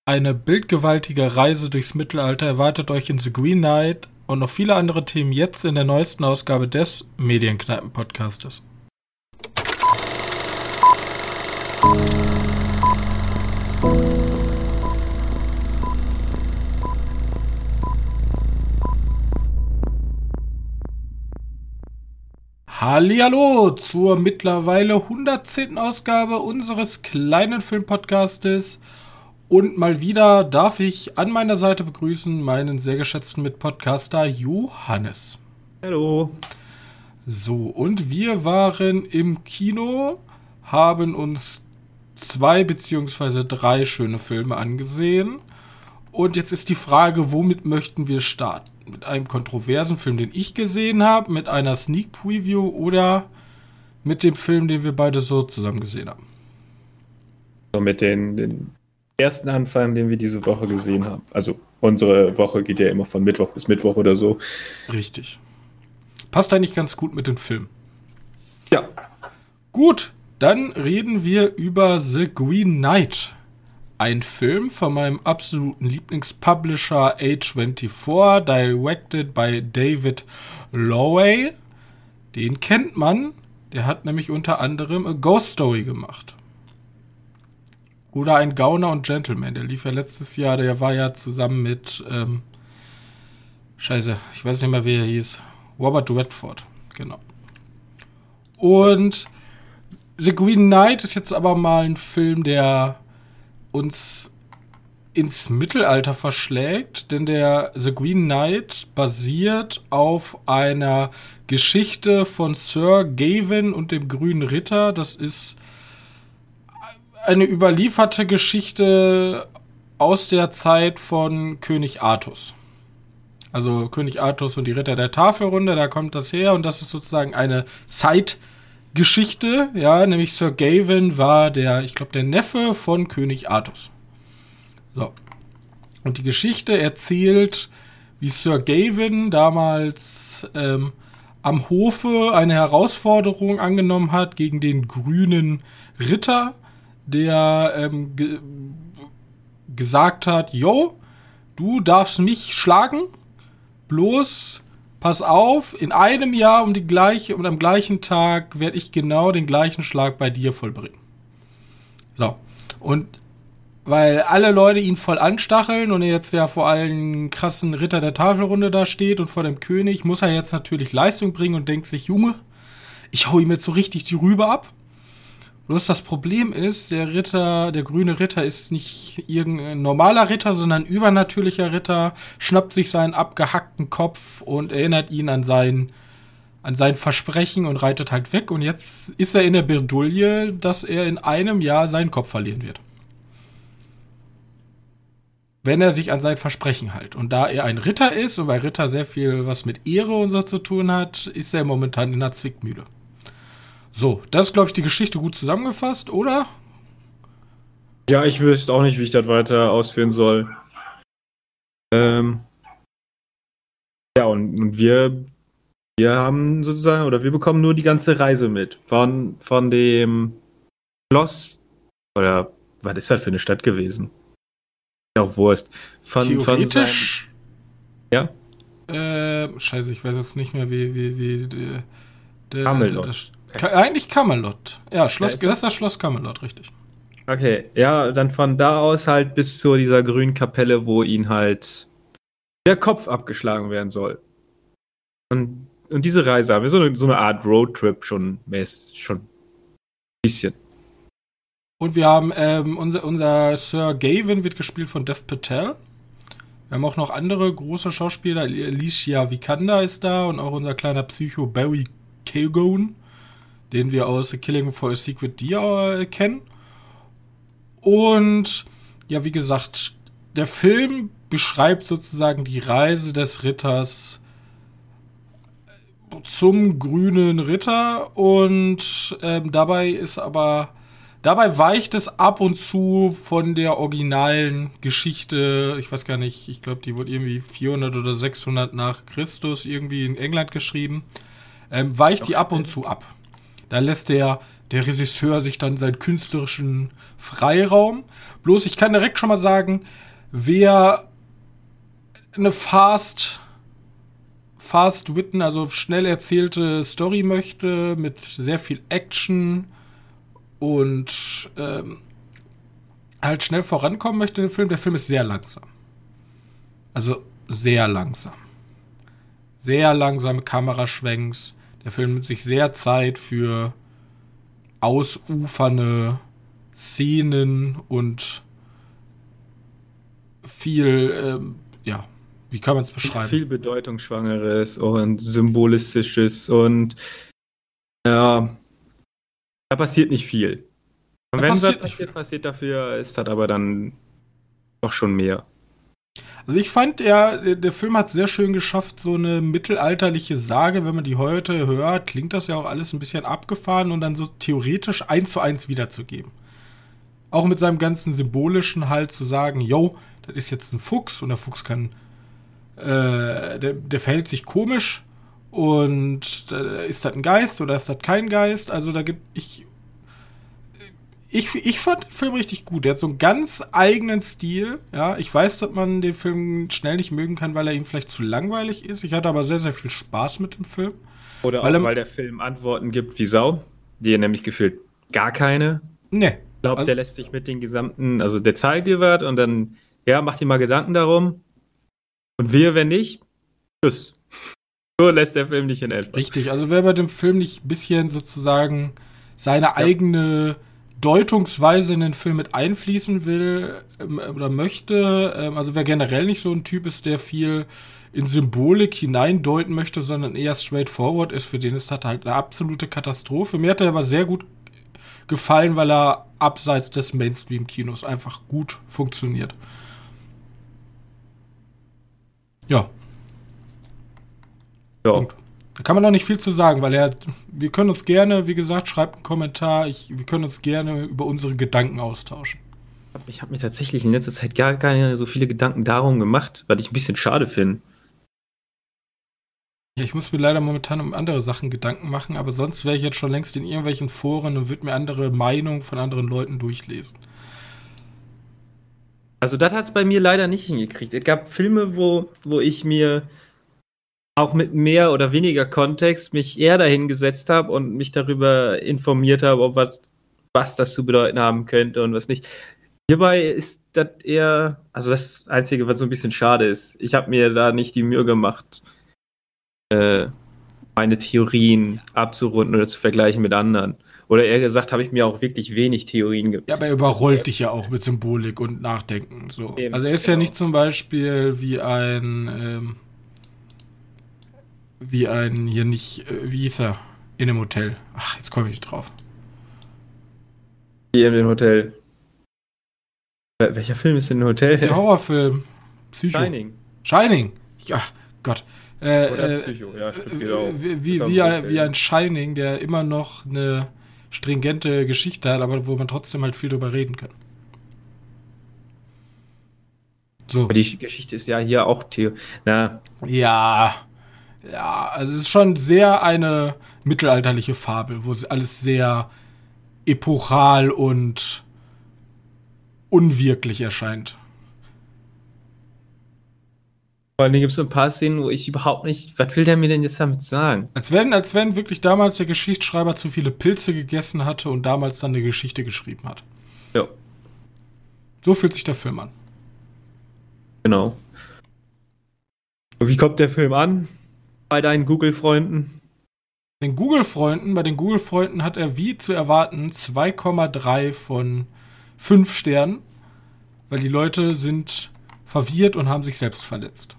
Eine bildgewaltige Reise durchs Mittelalter erwartet euch in The Green Knight und noch viele andere Themen jetzt in der neuesten Ausgabe des Medienkneipen-Podcastes. Hallihallo zur mittlerweile 110. Ausgabe unseres kleinen Filmpodcastes. Und mal wieder darf ich an meiner Seite begrüßen meinen sehr geschätzten Mitpodcaster Johannes. Hallo. So, und wir waren im Kino, haben uns 2 bzw. 3 schöne Filme angesehen. Und jetzt ist die Frage, womit möchten wir starten? Mit einem kontroversen Film, den ich gesehen habe, mit einer Sneak Preview oder mit dem Film, den wir beide so zusammen gesehen haben? So mit den ersten anfangen, den wir diese Woche gesehen haben. Also unsere Woche geht ja immer von Mittwoch bis Mittwoch oder so. Richtig. Passt eigentlich ganz gut mit dem Film. Ja. Gut, dann reden wir über The Green Knight. Ein Film von meinem absoluten Lieblingspublisher A24, directed by David Lowery. Den kennt man. Der hat nämlich unter anderem A Ghost Story gemacht. Oder ein Gauner und Gentleman. Der lief ja letztes Jahr. Der war ja zusammen mit ich weiß nicht mehr, wie er hieß. Robert Redford. Genau. Und The Green Knight ist jetzt aber mal ein Film, der uns ins Mittelalter verschlägt, denn der The Green Knight basiert auf einer Geschichte von Sir Gawain und dem Grünen Ritter. Das ist eine überlieferte Geschichte aus der Zeit von König Artus. Also König Artus und die Ritter der Tafelrunde, da kommt das her und das ist sozusagen eine Zeitgeschichte, ja, nämlich Sir Gawain war der Neffe von König Artus. So. Und die Geschichte erzählt, wie Sir Gawain damals am Hofe eine Herausforderung angenommen hat gegen den grünen Ritter, der gesagt hat, yo, du darfst mich schlagen, bloß pass auf, in einem Jahr am gleichen Tag werde ich genau den gleichen Schlag bei dir vollbringen. So. Und weil alle Leute ihn voll anstacheln und er jetzt ja vor allem krassen Ritter der Tafelrunde da steht und vor dem König, muss er jetzt natürlich Leistung bringen und denkt sich, Junge, ich hau ihm jetzt so richtig die Rübe ab. Bloß das Problem ist, der grüne Ritter ist nicht irgendein normaler Ritter, sondern ein übernatürlicher Ritter, schnappt sich seinen abgehackten Kopf und erinnert ihn an sein Versprechen und reitet halt weg. Und jetzt ist er in der Bredouille, dass er in einem Jahr seinen Kopf verlieren wird. Wenn er sich an sein Versprechen hält. Und da er ein Ritter ist und bei Ritter sehr viel was mit Ehre und so zu tun hat, ist er momentan in der Zwickmühle. So, das ist, glaube ich, die Geschichte gut zusammengefasst, oder? Ja, ich wüsste auch nicht, wie ich das weiter ausführen soll. Ja, und wir haben sozusagen, oder wir bekommen nur die ganze Reise mit. Von dem Schloss, oder was ist das für eine Stadt gewesen? Ja, auch Wurst. Theoretisch? Ja? Ich weiß jetzt nicht mehr, wie Camelot. Eigentlich Camelot. Ja, das ist das Schloss Camelot, richtig. Okay, ja, dann von da aus halt bis zu dieser grünen Kapelle, wo ihn halt der Kopf abgeschlagen werden soll. Und diese Reise haben wir so eine Art Roadtrip schon ein bisschen. Und wir haben unser Sir Gawain wird gespielt von Dev Patel. Wir haben auch noch andere große Schauspieler. Alicia Vikander ist da und auch unser kleiner Psycho Barry Keoghan, den wir aus The Killing for a Secret Deer kennen. Und ja, wie gesagt, der Film beschreibt sozusagen die Reise des Ritters zum grünen Ritter und dabei weicht es ab und zu von der originalen Geschichte, ich weiß gar nicht, ich glaube, die wurde irgendwie 400 oder 600 nach Christus irgendwie in England geschrieben, weicht die ab und zu ab. Da lässt der der Regisseur sich dann seinen künstlerischen Freiraum. Bloß, ich kann direkt schon mal sagen, wer eine fast-witten, also schnell erzählte Story möchte, mit sehr viel Action und halt schnell vorankommen möchte in dem Film, der Film ist sehr langsam. Also sehr langsam. Sehr langsame Kameraschwenks. Der Film nimmt sich sehr Zeit für ausufernde Szenen und viel, wie kann man es beschreiben? Viel Bedeutungsschwangeres und Symbolistisches und ja, da passiert nicht viel. Und wenn was passiert dafür, ist das aber dann doch schon mehr. Also ich fand, der Film hat sehr schön geschafft, so eine mittelalterliche Sage, wenn man die heute hört, klingt das ja auch alles ein bisschen abgefahren und dann so theoretisch 1:1 wiederzugeben. Auch mit seinem ganzen Symbolischen halt zu sagen, yo, das ist jetzt ein Fuchs und der Fuchs kann, der verhält sich komisch und ist das ein Geist oder ist das kein Geist? Also da gibt ich fand den Film richtig gut. Der hat so einen ganz eigenen Stil. Ja, ich weiß, dass man den Film schnell nicht mögen kann, weil er ihm vielleicht zu langweilig ist. Ich hatte aber sehr, sehr viel Spaß mit dem Film. Oder weil der Film Antworten gibt wie Sau, die er nämlich gefühlt gar keine. Nee. Ich glaube, der lässt sich mit den gesamten, also der zeigt dir was und dann, ja, mach dir mal Gedanken darum. Und wenn nicht, tschüss. So lässt der Film nicht in etwa. Richtig, also wer bei dem Film nicht ein bisschen sozusagen seine eigene Deutungsweise in den Film mit einfließen will oder möchte, also wer generell nicht so ein Typ ist, der viel in Symbolik hineindeuten möchte, sondern eher straightforward ist, für den ist das halt eine absolute Katastrophe. Mir hat er aber sehr gut gefallen, weil er abseits des Mainstream-Kinos einfach gut funktioniert. Ja. Gut. Da kann man noch nicht viel zu sagen, weil wir können uns gerne, wie gesagt, schreibt einen Kommentar, wir können uns gerne über unsere Gedanken austauschen. Ich habe mir tatsächlich in letzter Zeit gar keine so viele Gedanken darum gemacht, was ich ein bisschen schade finde. Ja, ich muss mir leider momentan um andere Sachen Gedanken machen, aber sonst wäre ich jetzt schon längst in irgendwelchen Foren und würde mir andere Meinungen von anderen Leuten durchlesen. Also das hat es bei mir leider nicht hingekriegt. Es gab Filme, wo ich mir auch mit mehr oder weniger Kontext mich eher dahingesetzt habe und mich darüber informiert habe, ob was das zu bedeuten haben könnte und was nicht. Hierbei ist das eher, also das Einzige, was so ein bisschen schade ist. Ich habe mir da nicht die Mühe gemacht, meine Theorien abzurunden oder zu vergleichen mit anderen. Oder eher gesagt, habe ich mir auch wirklich wenig Theorien gemacht. Ja, aber er überrollt dich ja auch mit Symbolik und Nachdenken. So. Eben, also er ist ja nicht zum Beispiel wie ein hier nicht, wie hieß er? In einem Hotel. Ach, jetzt komme ich nicht drauf. Hier in dem Hotel. Welcher Film ist denn ein Hotel? Der Horrorfilm. Psycho. Shining. Ja, Gott. Oder Psycho, ja, stimmt wieder auch. Wie ein Shining, der immer noch eine stringente Geschichte hat, aber wo man trotzdem halt viel drüber reden kann. So. Aber die Geschichte ist ja hier auch Ja, also es ist schon sehr eine mittelalterliche Fabel, wo alles sehr epochal und unwirklich erscheint. Vor allem gibt es so ein paar Szenen, wo ich überhaupt nicht, was will der mir denn jetzt damit sagen? Als wenn wirklich damals der Geschichtsschreiber zu viele Pilze gegessen hatte und damals dann eine Geschichte geschrieben hat. Ja. So fühlt sich der Film an. Genau. Und wie kommt der Film an? Bei deinen Google-Freunden? Bei den Google-Freunden hat er wie zu erwarten 2,3 von 5 Sternen, weil die Leute sind verwirrt und haben sich selbst verletzt.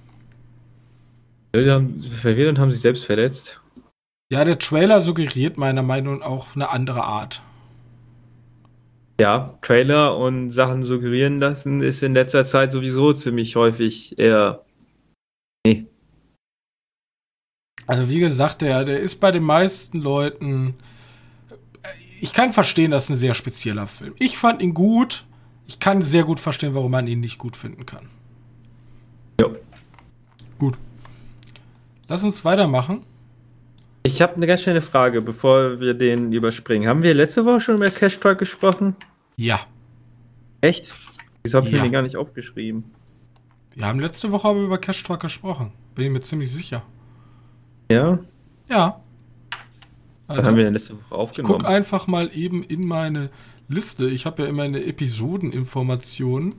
Verwirrt und haben sich selbst verletzt? Ja, der Trailer suggeriert meiner Meinung nach auch eine andere Art. Ja, Trailer und Sachen suggerieren lassen ist in letzter Zeit sowieso ziemlich häufig eher. Nee. Also wie gesagt, der ist bei den meisten Leuten. Ich kann verstehen, das ist ein sehr spezieller Film. Ich fand ihn gut. Ich kann sehr gut verstehen, warum man ihn nicht gut finden kann. Ja. Gut. Lass uns weitermachen. Ich habe eine ganz schnelle Frage, bevor wir den überspringen. Haben wir letzte Woche schon über Cash Truck gesprochen? Ja. Echt? Wieso habe ich mir Ja. den gar nicht aufgeschrieben? Wir haben letzte Woche aber über Cash Truck gesprochen. Bin ich mir ziemlich sicher. Ja? Ja. Dann Also, haben wir den letzte Woche guck aufgenommen. einfach mal eben in meine Liste. Ich habe ja immer eine Episodeninformation.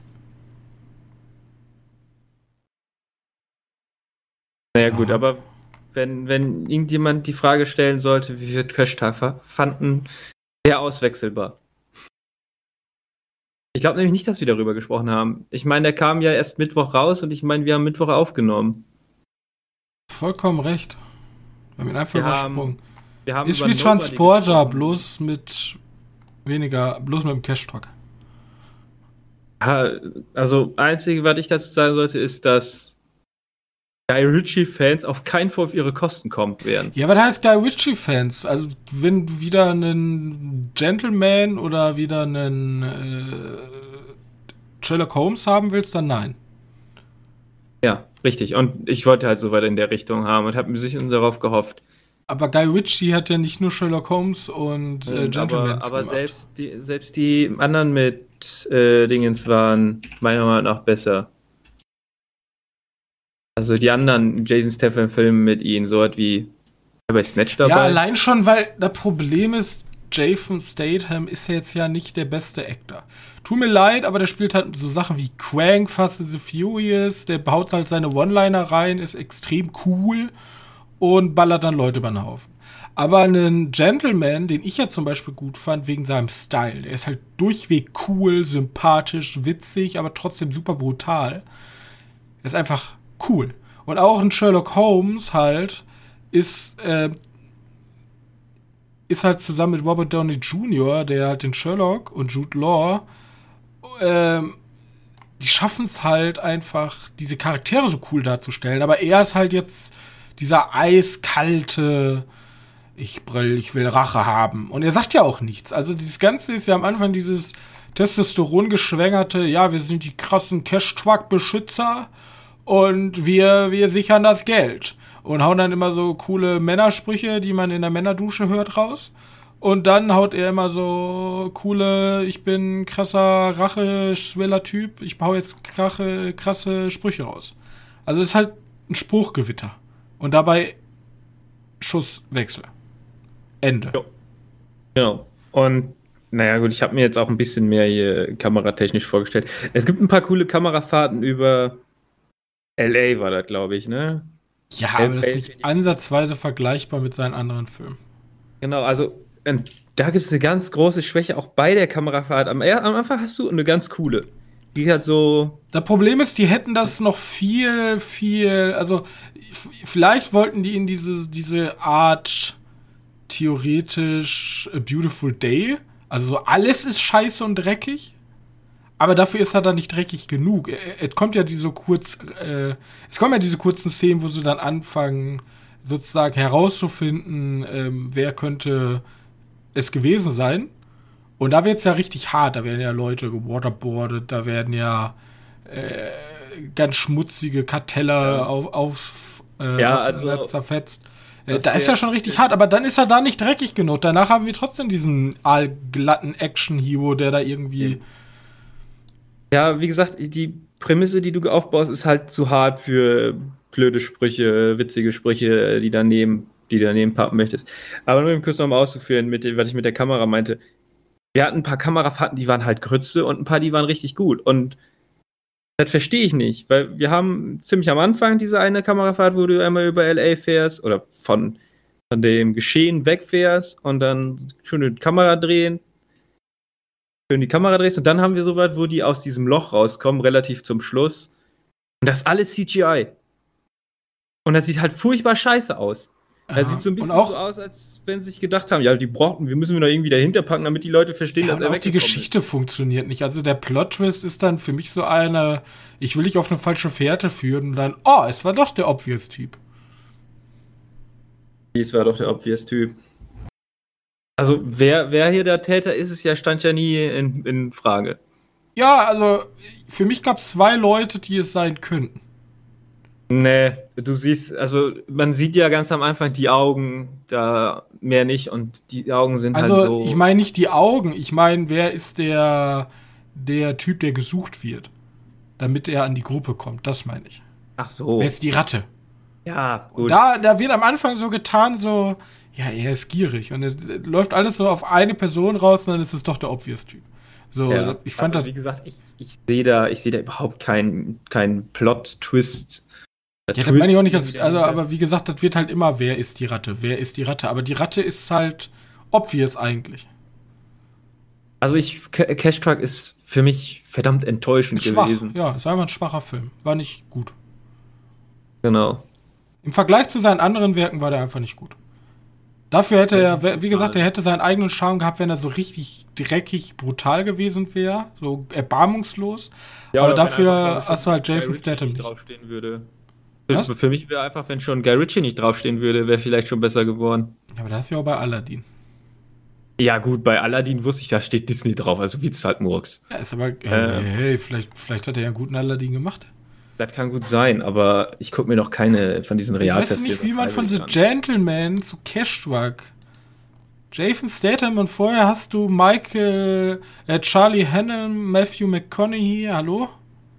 Naja gut, Ja. aber wenn irgendjemand die Frage stellen sollte, wie wir Cash Truck fanden, sehr auswechselbar. Ich glaube nämlich nicht, dass wir darüber gesprochen haben. Ich meine, der kam ja erst Mittwoch raus und ich meine, wir haben Mittwoch aufgenommen. Vollkommen recht. Wir haben ihn einfach Wir übersprungen. Wir haben Ist über wie Nobody Transporter, gesprochen. bloß mit dem Cash Truck. Ja, also, einzige, was ich dazu sagen sollte, ist, dass Guy Ritchie-Fans auf keinen Fall auf ihre Kosten kommen werden. Ja, was heißt Guy Ritchie-Fans? Also, wenn du wieder einen Gentleman oder wieder einen Sherlock Holmes haben willst, dann nein. Ja, richtig. Und ich wollte halt so weit in der Richtung haben und habe ein bisschen darauf gehofft. Aber Guy Ritchie hat ja nicht nur Sherlock Holmes und Gentleman Aber gemacht. selbst die anderen mit Dingens waren meiner Meinung nach besser. Also die anderen Jason Statham-Filme mit ihm, so was wie bei Snatch dabei. Ja, allein schon, weil das Problem ist, Jason Statham ist ja jetzt ja nicht der beste Actor. Tut mir leid, aber der spielt halt so Sachen wie Crank, Fast and the Furious, der baut halt seine One-Liner rein, ist extrem cool und ballert dann Leute über den Haufen. Aber einen Gentleman, den ich ja zum Beispiel gut fand, wegen seinem Style, der ist halt durchweg cool, sympathisch, witzig, aber trotzdem super brutal. Er ist einfach cool. Und auch ein Sherlock Holmes halt ist halt zusammen mit Robert Downey Jr., der halt den Sherlock und Jude Law, die schaffen es halt einfach, diese Charaktere so cool darzustellen. Aber er ist halt jetzt dieser eiskalte, ich will Rache haben. Und er sagt ja auch nichts. Also dieses Ganze ist ja am Anfang dieses Testosteron geschwängerte, ja, wir sind die krassen Cash-Truck-Beschützer und wir sichern das Geld. Und hauen dann immer so coole Männersprüche, die man in der Männerdusche hört, raus. Und dann haut er immer so coole, ich bin krasser Rache-Schwiller-Typ, ich hau jetzt krasse Sprüche raus. Also es ist halt ein Spruchgewitter. Und dabei Schusswechsel. Ende. Jo. Genau. Und naja gut, ich habe mir jetzt auch ein bisschen mehr hier kameratechnisch vorgestellt. Es gibt ein paar coole Kamerafahrten über LA, war das, glaube ich, ne? Ja, aber das ist nicht ansatzweise vergleichbar mit seinen anderen Filmen. Genau, also da gibt es eine ganz große Schwäche auch bei der Kamerafahrt. Am Anfang hast du eine ganz coole. Die hat so. Das Problem ist, die hätten das noch viel, also vielleicht wollten die in diese Art theoretisch A Beautiful Day, also so alles ist scheiße und dreckig, aber dafür ist er dann nicht dreckig genug. Es kommt ja diese kurzen Szenen, wo sie dann anfangen, sozusagen herauszufinden, wer könnte es gewesen sein. Und da wird es ja richtig hart. Da werden ja Leute gewaterboardet, da werden ja ganz schmutzige Karteller zerfetzt. Da ist ja schon richtig hart, aber dann ist er da nicht dreckig genug. Danach haben wir trotzdem diesen aalglatten Action-Hero, der da irgendwie. Ja, wie gesagt, die Prämisse, die du aufbaust, ist halt zu hart für blöde Sprüche, witzige Sprüche, die du daneben pappen möchtest. Aber nur im Kurs nochmal auszuführen, was ich mit der Kamera meinte. Wir hatten ein paar Kamerafahrten, die waren halt Grütze und ein paar, die waren richtig gut. Und das verstehe ich nicht, weil wir haben ziemlich am Anfang diese eine Kamerafahrt, wo du einmal über LA fährst oder von dem Geschehen wegfährst und dann schön die Kamera drehst und dann haben wir so weit, wo die aus diesem Loch rauskommen, relativ zum Schluss. Und das ist alles CGI. Und das sieht halt furchtbar scheiße aus. Das sieht so ein bisschen so aus, als wenn sie sich gedacht haben, ja, wir müssen wir noch irgendwie dahinter packen, damit die Leute verstehen, dass er weggekommen ist. Die Geschichte funktioniert nicht. Also der Plot-Twist ist dann für mich so eine, ich will dich auf eine falsche Fährte führen und dann, es war doch der Obvious-Typ. Es war doch der Obvious-Typ. Also, wer hier der Täter ist, stand ja nie in Frage. Ja, also, für mich gab es 2 Leute, die es sein könnten. Nee, du siehst, also man sieht ja ganz am Anfang die Augen, da mehr nicht und die Augen sind halt Also, so. ich meine nicht die Augen, ich meine, wer ist der Typ, der gesucht wird, damit er an die Gruppe kommt, das meine ich. Ach so. Wer ist die Ratte? Ja, Und gut. da wird am Anfang so getan, so, ja, er ist gierig. Und es läuft alles so auf eine Person raus und dann ist es doch der Obvious-Typ. So, Ja. ich fand Also, wie gesagt, ich sehe da überhaupt keinen Plot-Twist. ja, das meine ich auch nicht, aber wie gesagt, das wird halt immer, wer ist die Ratte, wer ist die Ratte. Aber die Ratte ist halt obvious eigentlich. Also Cash Truck ist für mich verdammt enttäuschend Ist schwach, gewesen. ja, ist einfach ein schwacher Film. War nicht gut. Genau. Im Vergleich zu seinen anderen Werken war der einfach nicht gut. Dafür hätte er, wie gesagt, er hätte seinen eigenen Charme gehabt, wenn er so richtig dreckig, brutal gewesen wäre. So erbarmungslos. Ja, aber oder wenn dafür einfach hast du halt Guy Jason Ritchie Statham nicht nicht. draufstehen würde. Was? Für mich wäre einfach, wenn schon Guy Ritchie nicht draufstehen würde, wäre vielleicht schon besser geworden. Ja, aber das ist ja auch bei Aladdin. Ja, gut, bei Aladdin wusste ich, da steht Disney drauf, also wird's halt Murks. Ja, ist aber, hey, vielleicht hat er ja einen guten Aladdin gemacht. Das kann gut sein, aber ich gucke mir noch keine von diesen Ich weiß Realverfilmungen nicht, wie man von The freiwillig an. Gentleman zu Cash Truck. Jason Statham und vorher hast du Charlie Hunnam, Matthew McConaughey, hallo?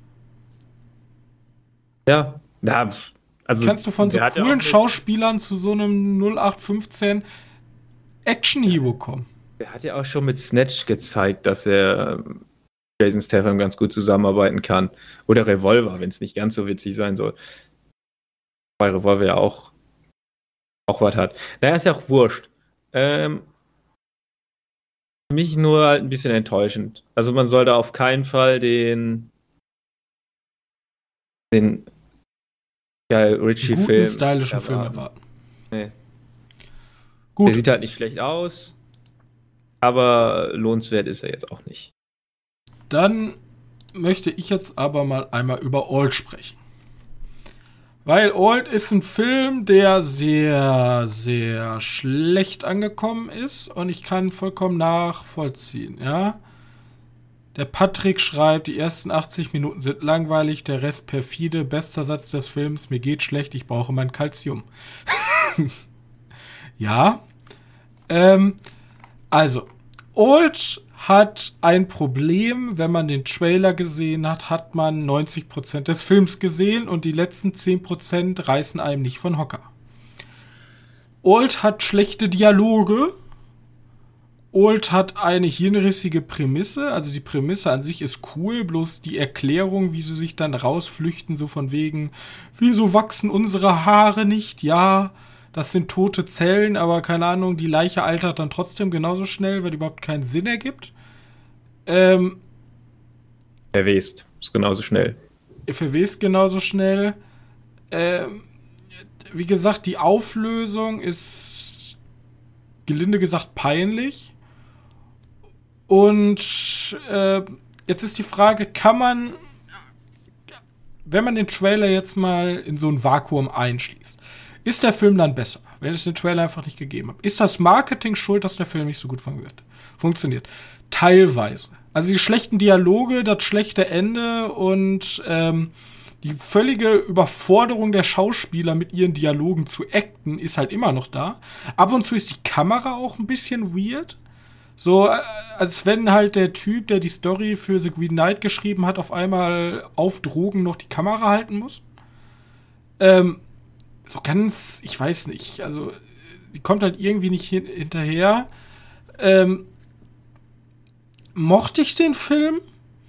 Ja, also Kannst du von so der hat ja coolen auch Schauspielern zu so einem 0815 Action-Hero kommen? der hat ja auch schon mit Snatch gezeigt, dass er Jason Statham ganz gut zusammenarbeiten kann. Oder Revolver, wenn es nicht ganz so witzig sein soll. Weil Revolver ja auch was hat. Naja, ist ja auch wurscht. Für mich nur halt ein bisschen enttäuschend. Also man soll da auf keinen Fall den Guy Guten, Ritchie-Film stylischen Film erwarten. Nee. Gut. Der sieht halt nicht schlecht aus, aber lohnenswert ist er jetzt auch nicht. Dann möchte ich jetzt aber mal einmal über Old sprechen. Weil Old ist ein Film, der sehr, sehr schlecht angekommen ist und ich kann vollkommen nachvollziehen, ja. Der Patrick schreibt, die ersten 80 Minuten sind langweilig, der Rest perfide, bester Satz des Films, mir geht schlecht, ich brauche mein Calcium. Ja. Also, Old hat ein Problem, wenn man den Trailer gesehen hat, hat man 90% des Films gesehen und die letzten 10% reißen einem nicht von Hocker. Old hat schlechte Dialoge. Old hat eine hirnrissige Prämisse, also die Prämisse an sich ist cool, bloß die Erklärung, wie sie sich dann rausflüchten, so von wegen, wieso wachsen unsere Haare nicht? Ja, das sind tote Zellen, aber keine Ahnung, die Leiche altert dann trotzdem genauso schnell, weil die überhaupt keinen Sinn ergibt. Verwest. Ist genauso schnell. Verwest genauso schnell. Wie gesagt, die Auflösung ist gelinde gesagt peinlich. Und jetzt ist die Frage, kann man, wenn man den Trailer jetzt mal in so ein Vakuum einschließt, ist der Film dann besser, wenn es den Trailer einfach nicht gegeben hat? Ist das Marketing schuld, dass der Film nicht so gut funktioniert? Teilweise. Also die schlechten Dialoge, das schlechte Ende und die völlige Überforderung der Schauspieler mit ihren Dialogen zu acten ist halt immer noch da. Ab und zu ist die Kamera auch ein bisschen weird. So, als wenn halt der Typ, der die Story für The Green Knight geschrieben hat, auf einmal auf Drogen noch die Kamera halten muss. So ganz, ich weiß nicht, also die kommt halt irgendwie nicht hinterher. Mochte ich den Film?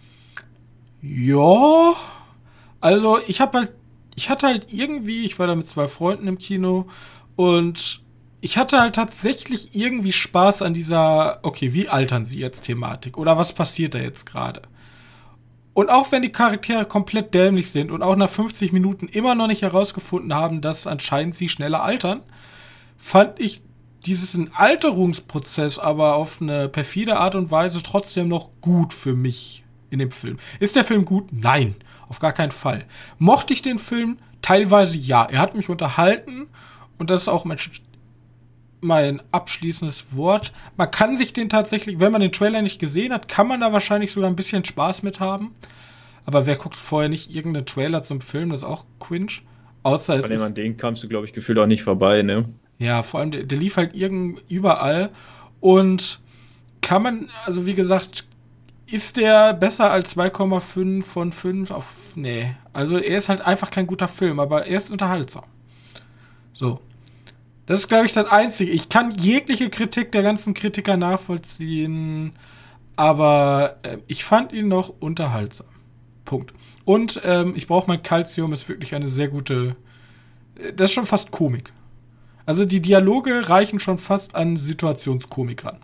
Ja. Also ich hatte halt irgendwie, ich war da mit 2 Freunden im Kino und ich hatte halt tatsächlich irgendwie Spaß an dieser, okay, wie altern sie jetzt Thematik oder was passiert da jetzt gerade? Und auch wenn die Charaktere komplett dämlich sind und auch nach 50 Minuten immer noch nicht herausgefunden haben, dass anscheinend sie schneller altern, fand ich diesen Alterungsprozess aber auf eine perfide Art und Weise trotzdem noch gut für mich in dem Film. Ist der Film gut? Nein, auf gar keinen Fall. Mochte ich den Film? Teilweise ja. Er hat mich unterhalten und das ist auch mein abschließendes Wort. Man kann sich den tatsächlich, wenn man den Trailer nicht gesehen hat, kann man da wahrscheinlich sogar ein bisschen Spaß mit haben. Aber wer guckt vorher nicht irgendeinen Trailer zum Film? Das ist auch cringe. Außer es Von dem ist, an den kamst du, glaube ich, gefühlt auch nicht vorbei, ne? ja, vor allem, der lief halt überall. Und kann man, also wie gesagt, ist der besser als 2,5 von 5 auf, nee. Also er ist halt einfach kein guter Film, aber er ist unterhaltsam. So. Das ist, glaube ich, das Einzige. Ich kann jegliche Kritik der ganzen Kritiker nachvollziehen, aber ich fand ihn noch unterhaltsam. Punkt. Und ich brauche mein Calcium ist wirklich eine sehr gute. Das ist schon fast Komik. Also die Dialoge reichen schon fast an Situationskomik ran.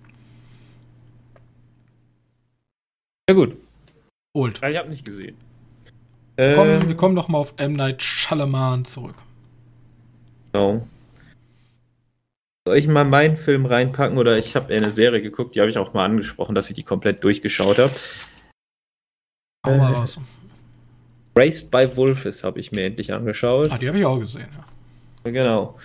Ja, gut. Old. Ja, ich habe nicht gesehen. Wir kommen noch mal auf M. Night Shyamalan zurück. Genau. Soll ich mal meinen Film reinpacken? Oder ich habe eine Serie geguckt, die habe ich auch mal angesprochen, dass ich die komplett durchgeschaut habe. Hau mal raus. Raised by Wolves habe ich mir endlich angeschaut. Ah, die habe ich auch gesehen, ja. Genau.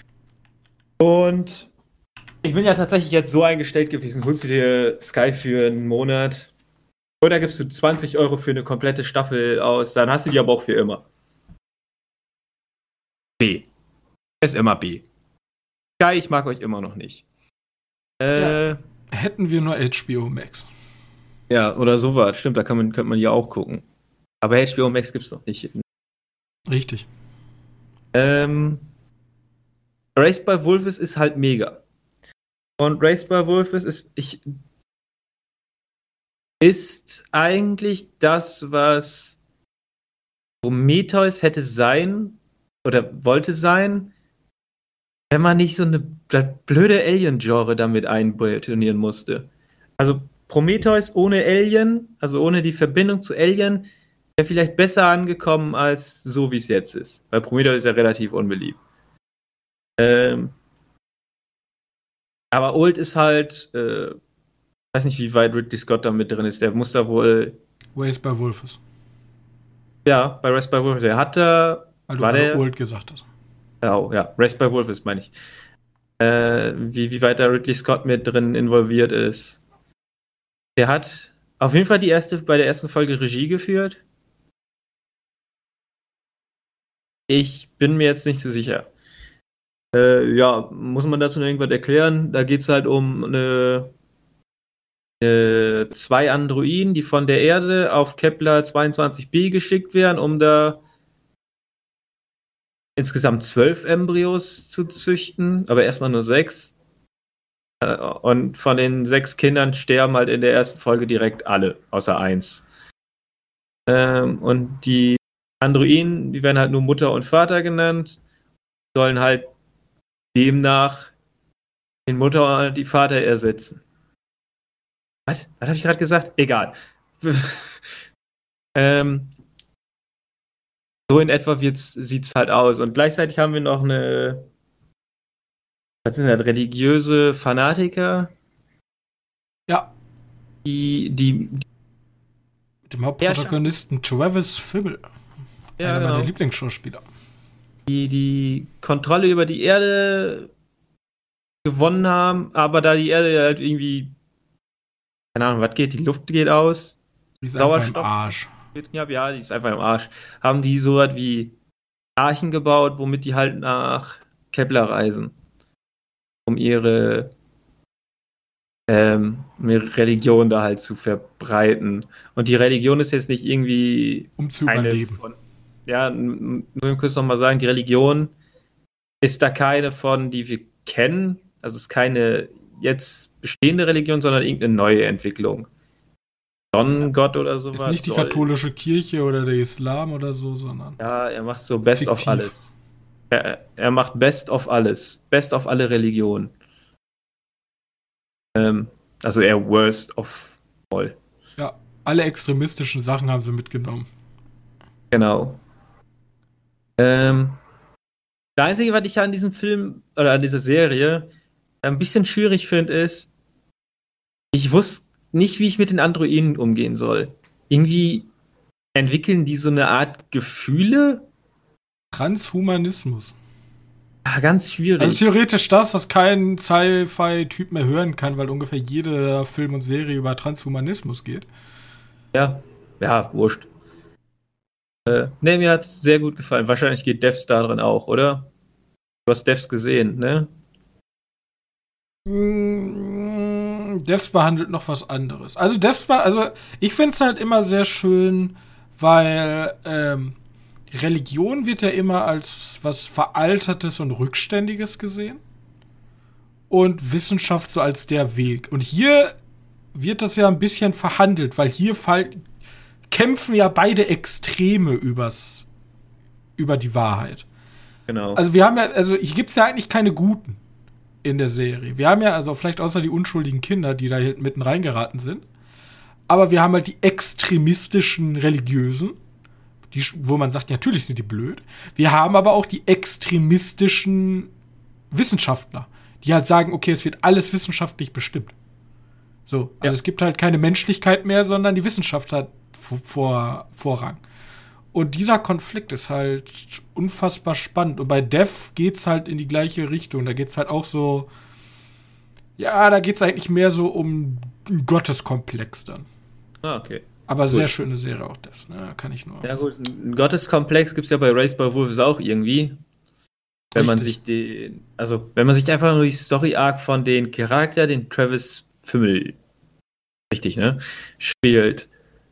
Und ich bin ja tatsächlich jetzt so eingestellt gewesen, holst du dir Sky für einen Monat oder gibst du 20 Euro für eine komplette Staffel aus, dann hast du die aber auch für immer. B. Ist immer B. Sky, ich mag euch immer noch nicht. Ja. Hätten wir nur HBO Max. Ja, oder sowas. Stimmt, da könnte man ja auch gucken. Aber HBO Max gibt's noch nicht. Richtig. Raised by Wolves ist halt mega. Und Raised by Wolves ist eigentlich das, was Prometheus hätte sein oder wollte sein, wenn man nicht so eine blöde Alien-Genre damit einbetonieren musste. Also Prometheus ohne Alien, also ohne die Verbindung zu Alien, wäre vielleicht besser angekommen als so, wie es jetzt ist. Weil Prometheus ist ja relativ unbeliebt. Aber Old ist halt, weiß nicht, wie weit Ridley Scott da mit drin ist. Der muss da wohl. Raised by Wolves. Ja, bei Raised by Wolves. Der hat da. Weil du gerade Old gesagt hast. Ja, Raised by Wolves meine ich. Wie weit da Ridley Scott mit drin involviert ist. Der hat auf jeden Fall bei der ersten Folge Regie geführt. Ich bin mir jetzt nicht so sicher. Ja, muss man dazu noch irgendwas erklären? Da geht es halt um zwei Androiden, die von der Erde auf Kepler 22b geschickt werden, um da insgesamt 12 Embryos zu züchten, aber erstmal nur 6. Und von den 6 Kindern sterben halt in der ersten Folge direkt alle, außer 1. Und die Androiden, die werden halt nur Mutter und Vater genannt, sollen halt demnach den Mutter und die Vater ersetzen. Was habe ich gerade gesagt? Egal. So in etwa sieht es halt aus. Und gleichzeitig haben wir noch was sind das, religiöse Fanatiker? Ja. Die mit dem Hauptprotagonisten Travis Fimmel. Ja, einer meiner Lieblingsschauspieler. Die Kontrolle über die Erde gewonnen haben, aber da die Erde halt irgendwie, keine Ahnung, was geht, die Luft geht aus. Die ist einfach im Arsch. Ja, die ist einfach im Arsch. Haben die so was wie Archen gebaut, womit die halt nach Kepler reisen. Um ihre Religion da halt zu verbreiten. Und die Religion ist jetzt nicht irgendwie um zu überleben. Nur kurz nochmal sagen, die Religion ist da keine von, die wir kennen. Also es ist keine jetzt bestehende Religion, sondern irgendeine neue Entwicklung. Sonnengott oder sowas. Ist nicht die katholische Kirche oder der Islam oder so, sondern. Ja, er macht so Best of alles. Er macht Best of alles. Best of alle Religionen. Also eher Worst of all. Ja, alle extremistischen Sachen haben sie mitgenommen. Genau. Das Einzige, was ich an diesem Film oder an dieser Serie ein bisschen schwierig finde, ist, ich wusste nicht, wie ich mit den Androiden umgehen soll. Irgendwie entwickeln die so eine Art Gefühle? Transhumanismus. Ja, ganz schwierig. Also theoretisch das, was kein Sci-Fi-Typ mehr hören kann, weil ungefähr jede Film und Serie über Transhumanismus geht. Ja, wurscht. Ne, mir hat's sehr gut gefallen. Wahrscheinlich geht Devs da drin auch, oder? Du hast Devs gesehen, ne? Devs behandelt noch was anderes. Also ich finde es halt immer sehr schön, weil Religion wird ja immer als was Veraltertes und Rückständiges gesehen. Und Wissenschaft so als der Weg. Und hier wird das ja ein bisschen verhandelt, weil hier kämpfen ja beide Extreme über die Wahrheit. Genau. Also hier gibt's ja eigentlich keine Guten in der Serie. Wir haben ja, also vielleicht außer die unschuldigen Kinder, die da mitten reingeraten sind, aber wir haben halt die extremistischen Religiösen, wo man sagt, natürlich sind die blöd. Wir haben aber auch die extremistischen Wissenschaftler, die halt sagen, okay, es wird alles wissenschaftlich bestimmt. So, also es gibt halt keine Menschlichkeit mehr, sondern die Wissenschaft hat Vorrang. Und dieser Konflikt ist halt unfassbar spannend. Und bei Dev geht's halt in die gleiche Richtung. Da geht's halt auch so, ja, da geht's eigentlich mehr so um einen Gotteskomplex dann. Ah, okay. Aber gut. Sehr schöne Serie auch Dev, ne? Kann ich nur. Ja gut, ein Gotteskomplex gibt's ja bei Raised by Wolves auch irgendwie. Wenn man sich wenn man sich einfach nur die Story-Arc von den Charakter, den Travis Fimmel, richtig, ne, spielt,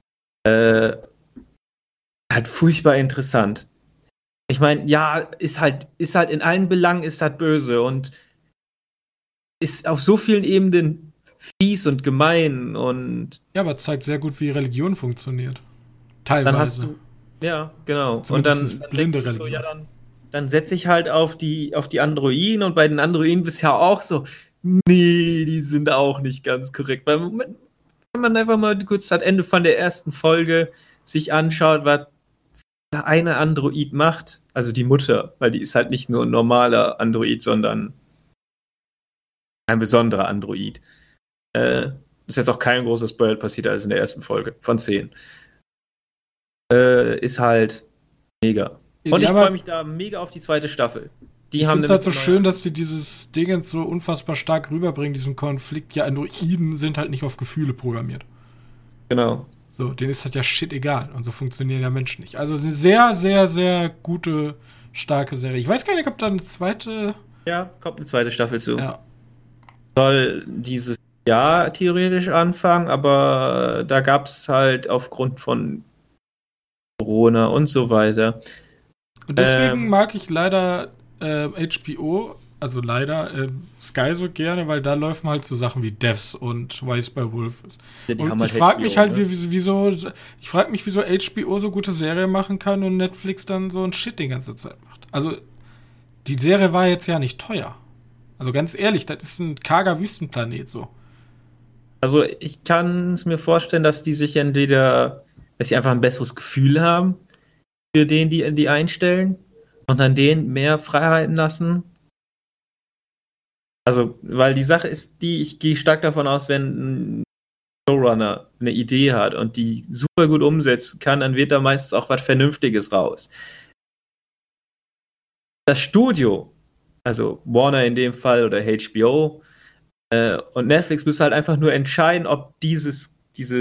halt furchtbar interessant. Ich meine, ja, ist halt in allen Belangen ist halt böse und ist auf so vielen Ebenen fies und gemein und ja, aber zeigt sehr gut, wie Religion funktioniert. Teilweise. Dann hast du, ja, genau. Zumindest und dann blinde denkst du so, Religion. ja, dann setze ich halt auf die Androiden und bei den Androiden bisher auch so, nee, die sind auch nicht ganz korrekt. Weil wenn man einfach mal kurz das Ende von der ersten Folge sich anschaut, was der eine Android macht, also die Mutter, weil die ist halt nicht nur ein normaler Android, sondern ein besonderer Android. Ist jetzt auch kein großes Spoiler, passiert alles in der ersten Folge von 10. Ist halt mega. Und ich freue mich da mega auf die zweite Staffel. Ich finde es halt so schön, dass die dieses Ding so unfassbar stark rüberbringen, diesen Konflikt. Ja, Androiden sind halt nicht auf Gefühle programmiert. Genau. So, denen ist halt ja shit egal. Und so funktionieren ja Menschen nicht. Also eine sehr, sehr, sehr gute, starke Serie. Ich weiß gar nicht, ob da eine zweite... Ja, kommt eine zweite Staffel zu. Ja. Soll dieses Jahr theoretisch anfangen, aber da gab es halt aufgrund von Corona und so weiter. Und deswegen mag ich leider HBO, also leider Sky so gerne, weil da laufen halt so Sachen wie Devs und Raised by Wolves. Ja, und ich frage mich halt, wieso HBO so gute Serien machen kann und Netflix dann so ein Shit die ganze Zeit macht. Also die Serie war jetzt ja nicht teuer. Also ganz ehrlich, das ist ein karger Wüstenplanet so. Also ich kann es mir vorstellen, dass die sich dass sie einfach ein besseres Gefühl haben für den, die einstellen und dann denen mehr Freiheiten lassen. Also, weil die Sache ist ich gehe stark davon aus, wenn ein Showrunner eine Idee hat und die super gut umsetzen kann, dann wird da meistens auch was Vernünftiges raus. Das Studio, also Warner in dem Fall oder HBO und Netflix müssen halt einfach nur entscheiden, ob dieses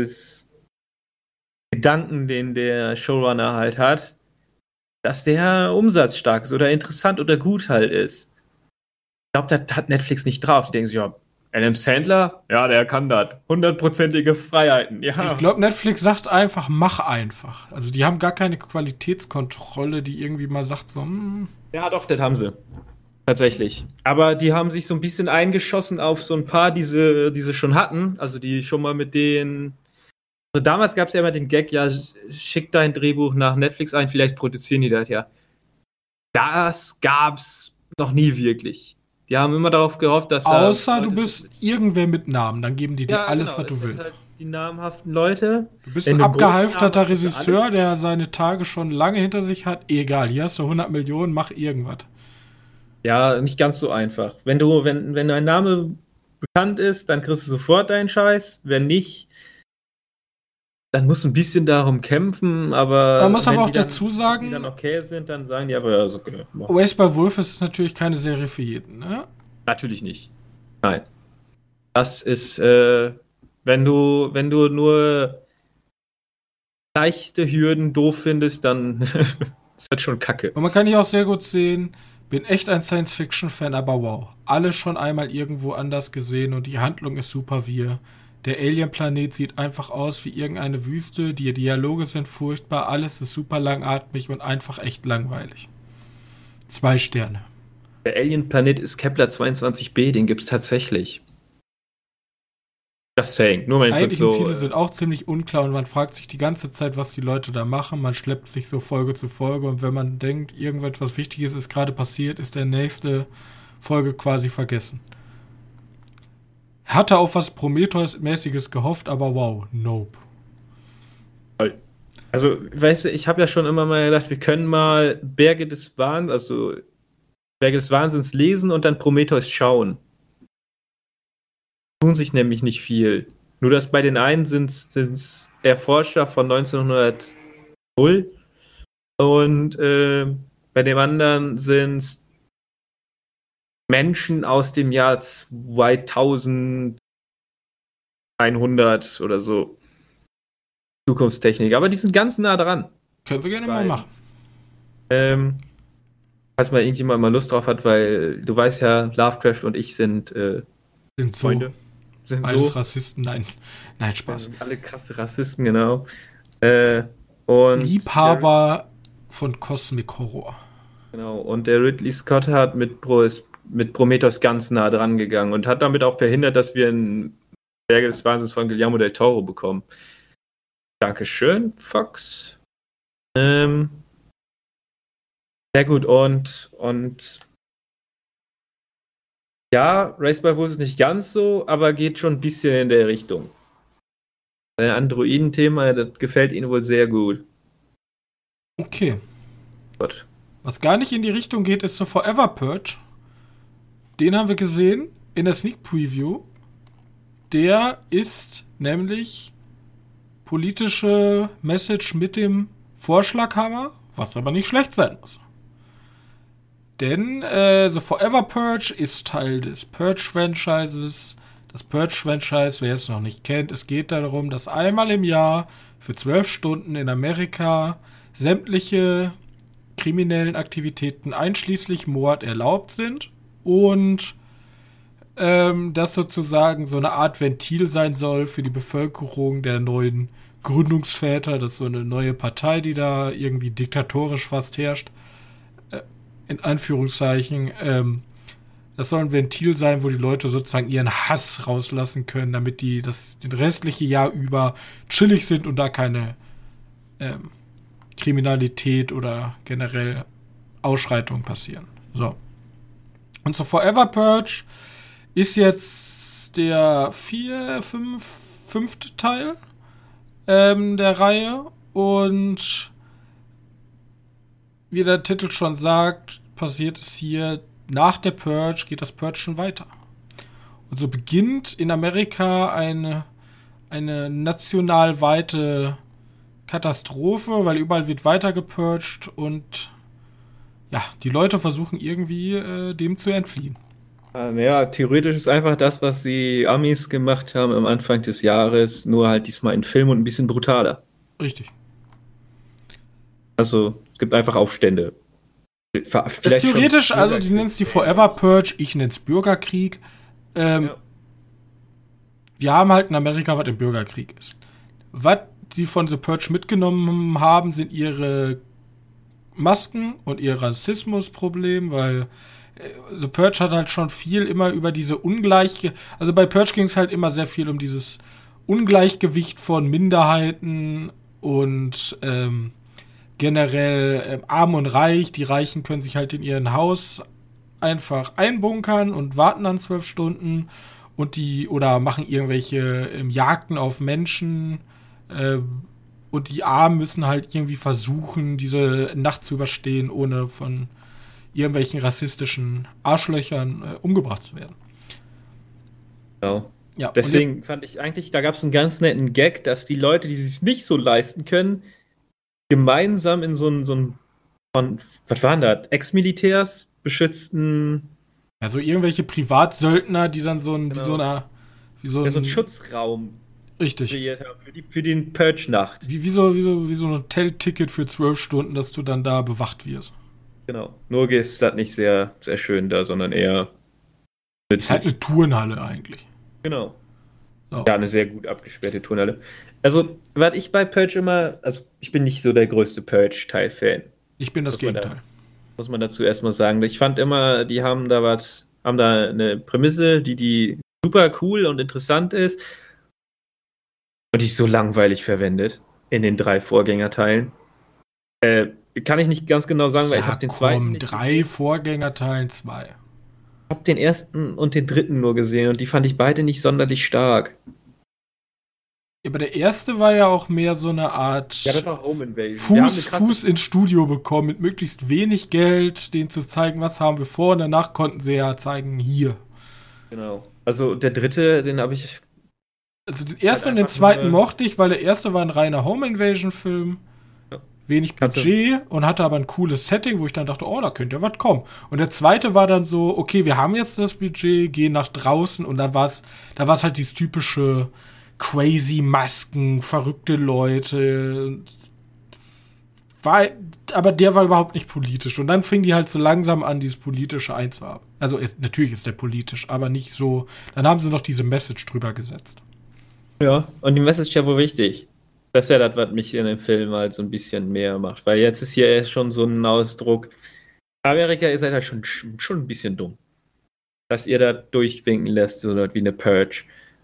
Gedanken, den der Showrunner halt hat, dass der umsatzstark ist oder interessant oder gut halt ist. Ich glaube, das hat Netflix nicht drauf. Die denken sich, ja, Adam Sandler, ja, der kann das. 100%ige Freiheiten, ja. Ich glaube, Netflix sagt einfach, mach einfach. Also die haben gar keine Qualitätskontrolle, die irgendwie mal sagt so, Ja, doch, das haben sie. Tatsächlich. Aber die haben sich so ein bisschen eingeschossen auf so ein paar, die sie schon hatten. Also die schon mal mit denen... Also damals gab es ja immer den Gag, ja, schick dein Drehbuch nach Netflix ein, vielleicht produzieren die das ja. Das gab's noch nie wirklich. Die haben immer darauf gehofft, dass... Außer du bist irgendwer mit Namen, dann geben die dir alles, was du willst. Halt die namhaften Leute. Du bist ein abgehalfterter Regisseur, der seine Tage schon lange hinter sich hat. Egal, hier hast du 100 Millionen, mach irgendwas. Ja, nicht ganz so einfach. Wenn dein Name bekannt ist, dann kriegst du sofort deinen Scheiß. Wenn nicht, dann musst du ein bisschen darum kämpfen, aber man muss aber auch dazu sagen, wenn die dann okay sind, dann sagen die aber, ja, ist okay. Raised by Wolves ist natürlich keine Serie für jeden, ne? Natürlich nicht. Nein. Das ist, wenn du nur leichte Hürden doof findest, dann ist das schon kacke. Und man kann hier auch sehr gut sehen, bin echt ein Science-Fiction-Fan, aber wow. Alle schon einmal irgendwo anders gesehen und die Handlung ist super wir. Der Alien-Planet sieht einfach aus wie irgendeine Wüste, die Dialoge sind furchtbar, alles ist super langatmig und einfach echt langweilig. 2 Sterne. Der Alien-Planet ist Kepler 22b, den gibt's tatsächlich. Just saying. Nur mal Eigentlich kurz die so. Ziele sind auch ziemlich unklar und man fragt sich die ganze Zeit, was die Leute da machen. Man schleppt sich so Folge zu Folge und wenn man denkt, irgendetwas Wichtiges ist gerade passiert, ist der nächste Folge quasi vergessen. Hatte auf was Prometheus-mäßiges gehofft, aber wow, nope. Also, weißt du, ich habe ja schon immer mal gedacht, wir können mal Berge des Wahnsinns lesen und dann Prometheus schauen. Tun sich nämlich nicht viel. Nur, dass bei den einen sind's Erforscher von 1900 und bei dem anderen sind's Menschen aus dem Jahr 2100 oder so. Zukunftstechnik. Aber die sind ganz nah dran. Können wir gerne mal machen. Falls mal irgendjemand mal Lust drauf hat, weil du weißt ja, Lovecraft und ich sind Freunde. Sind beides so. Rassisten, nein, Spaß. Sind alle krasse Rassisten, genau. Und Liebhaber von Cosmic Horror. Genau, und der Ridley Scott hat mit Prometheus ganz nah dran gegangen und hat damit auch verhindert, dass wir ein Berge des Wahnsinns von Guillermo del Toro bekommen. Dankeschön, Fox. Ja gut, und ja, Race by Wolves ist nicht ganz so, aber geht schon ein bisschen in der Richtung. Sein Androiden-Thema, das gefällt Ihnen wohl sehr gut. Okay. Gott. Was gar nicht in die Richtung geht, ist so Forever Purge. Den haben wir gesehen in der Sneak Preview. Der ist nämlich politische Message mit dem Vorschlaghammer, was aber nicht schlecht sein muss. Denn The Forever Purge ist Teil des Purge-Franchises. Das Purge-Franchise, wer es noch nicht kennt, es geht darum, dass einmal im Jahr für 12 Stunden in Amerika sämtliche kriminellen Aktivitäten einschließlich Mord erlaubt sind und das sozusagen so eine Art Ventil sein soll für die Bevölkerung der neuen Gründungsväter. Das ist so eine neue Partei, die da irgendwie diktatorisch fast herrscht. In Anführungszeichen. Das soll ein Ventil sein, wo die Leute sozusagen ihren Hass rauslassen können, damit die das restliche Jahr über chillig sind und da keine Kriminalität oder generell Ausschreitungen passieren. So. Und so Forever Purge ist jetzt der 5. Teil der Reihe und wie der Titel schon sagt, passiert es hier nach der Purge, geht das Purge schon weiter. Und so beginnt in Amerika eine nationalweite Katastrophe, weil überall wird weiter gepurgt und ja, die Leute versuchen irgendwie dem zu entfliehen. Ja, theoretisch ist einfach das, was die Amis gemacht haben am Anfang des Jahres, nur halt diesmal in Film und ein bisschen brutaler. Richtig. Also, es gibt einfach Aufstände. Das ist theoretisch, also die nennen es die Forever Purge, ich nenne es Bürgerkrieg. Ja. Wir haben halt in Amerika, was im Bürgerkrieg ist. Was die von The Purge mitgenommen haben, sind ihre Masken und ihr Rassismusproblem, weil The Purge hat halt schon viel immer über diese also bei Purge ging es halt immer sehr viel um dieses Ungleichgewicht von Minderheiten und generell arm und reich. Die Reichen können sich halt in ihren Haus einfach einbunkern und warten dann 12 Stunden oder machen irgendwelche Jagden auf Menschen und die Armen müssen halt irgendwie versuchen, diese Nacht zu überstehen, ohne von irgendwelchen rassistischen Arschlöchern umgebracht zu werden. Genau. Ja, deswegen fand ich eigentlich, da gab es einen ganz netten Gag, dass die Leute, die sich nicht so leisten können, gemeinsam in so ein von, was waren das, Ex-Militärs beschützten... Also irgendwelche Privatsöldner, die dann so ein Schutzraum Richtig. kreiert haben für den Purge-Nacht. Wie so ein Hotelticket für 12 Stunden, dass du dann da bewacht wirst. Genau. Nur ist das nicht sehr, sehr schön da, sondern eher Ist halt nützlich. eine Turnhalle eigentlich. Genau. So. Ja, eine sehr gut abgesperrte Turnhalle. Also, was ich bei Purge immer, also ich bin nicht so der größte Purge-Teil-Fan. Ich bin das Muss man da- Gegenteil. Muss man dazu erstmal sagen. Ich fand immer, die haben da eine Prämisse, die super cool und interessant ist und die ist so langweilig verwendet in den 3 Vorgängerteilen. Kann ich nicht ganz genau sagen, weil ich Ja, habe den zweiten nicht 3 gesehen. Vorgänger teilen 2. Ich habe den ersten und den dritten nur gesehen und die fand ich beide nicht sonderlich stark. Aber der erste war ja auch mehr so eine Art war Home Invasion. Wir haben eine krasse- Fuß ins Studio bekommen, mit möglichst wenig Geld, denen zu zeigen, was haben wir vor. Und danach konnten sie ja zeigen, hier. Genau. Also der dritte, den habe ich. Also den ersten Halt und den einfach zweiten nur- mochte ich, weil der erste war ein reiner Home-Invasion-Film. Ja. Wenig Kannst du- Budget und hatte aber ein cooles Setting, wo ich dann dachte, oh, da könnte ja was kommen. Und der zweite war dann so, okay, wir haben jetzt das Budget, gehen nach draußen und da war es halt dieses typische crazy Masken, verrückte Leute. Aber der war überhaupt nicht politisch. Und dann fing die halt so langsam an, dieses politische einzuhaben. Also natürlich ist der politisch, aber nicht so. Dann haben sie noch diese Message drüber gesetzt. Ja, und die Message ist ja wohl wichtig. Das ist ja das, was mich in dem Film halt so ein bisschen mehr macht. Weil jetzt ist hier erst schon so ein Ausdruck. Amerika, ihr seid halt schon ein bisschen dumm. Dass ihr da durchwinken lässt, so wie eine Purge.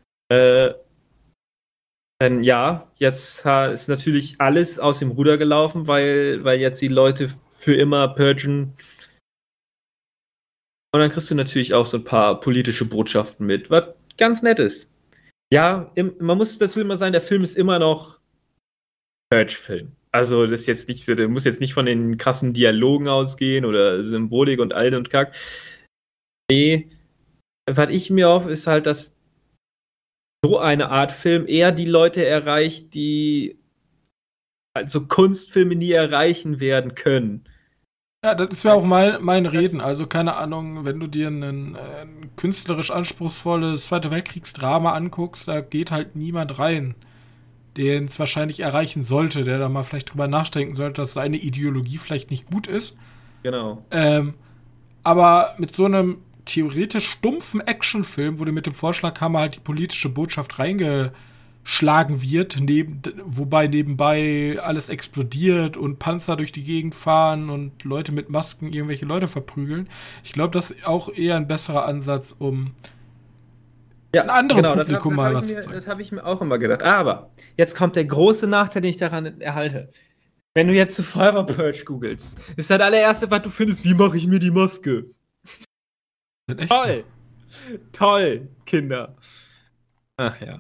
Denn ja, jetzt ist natürlich alles aus dem Ruder gelaufen, weil jetzt die Leute für immer purgen. Und dann kriegst du natürlich auch so ein paar politische Botschaften mit, was ganz nett ist. Ja, man muss dazu immer sagen, der Film ist immer noch Purge-Film. Also das ist jetzt nicht so, der muss jetzt nicht von den krassen Dialogen ausgehen oder Symbolik und all und Kack. Nee, was ich mir hoffe, ist halt, dass so eine Art Film eher die Leute erreicht, die also Kunstfilme nie erreichen werden können. Ja, das wäre auch mein Das- Reden. Also, keine Ahnung, wenn du dir ein künstlerisch anspruchsvolles Zweite Weltkriegsdrama anguckst, da geht halt niemand rein, den es wahrscheinlich erreichen sollte, der da mal vielleicht drüber nachdenken sollte, dass seine Ideologie vielleicht nicht gut ist. Genau. Aber mit so einem theoretisch stumpfen Actionfilm, wo dir mit dem Vorschlaghammer halt die politische Botschaft reingeschlagen wird, wobei nebenbei alles explodiert und Panzer durch die Gegend fahren und Leute mit Masken irgendwelche Leute verprügeln. Ich glaube, das ist auch eher ein besserer Ansatz, um ein anderes Publikum mal was zu zeigen. Das habe ich mir auch immer gedacht. Aber jetzt kommt der große Nachteil, den ich daran erhalte. Wenn du jetzt Survivor Purge googelst, ist das allererste, was du findest, wie mache ich mir die Maske? Das ist echt Toll! Toll, Kinder. Ach ja.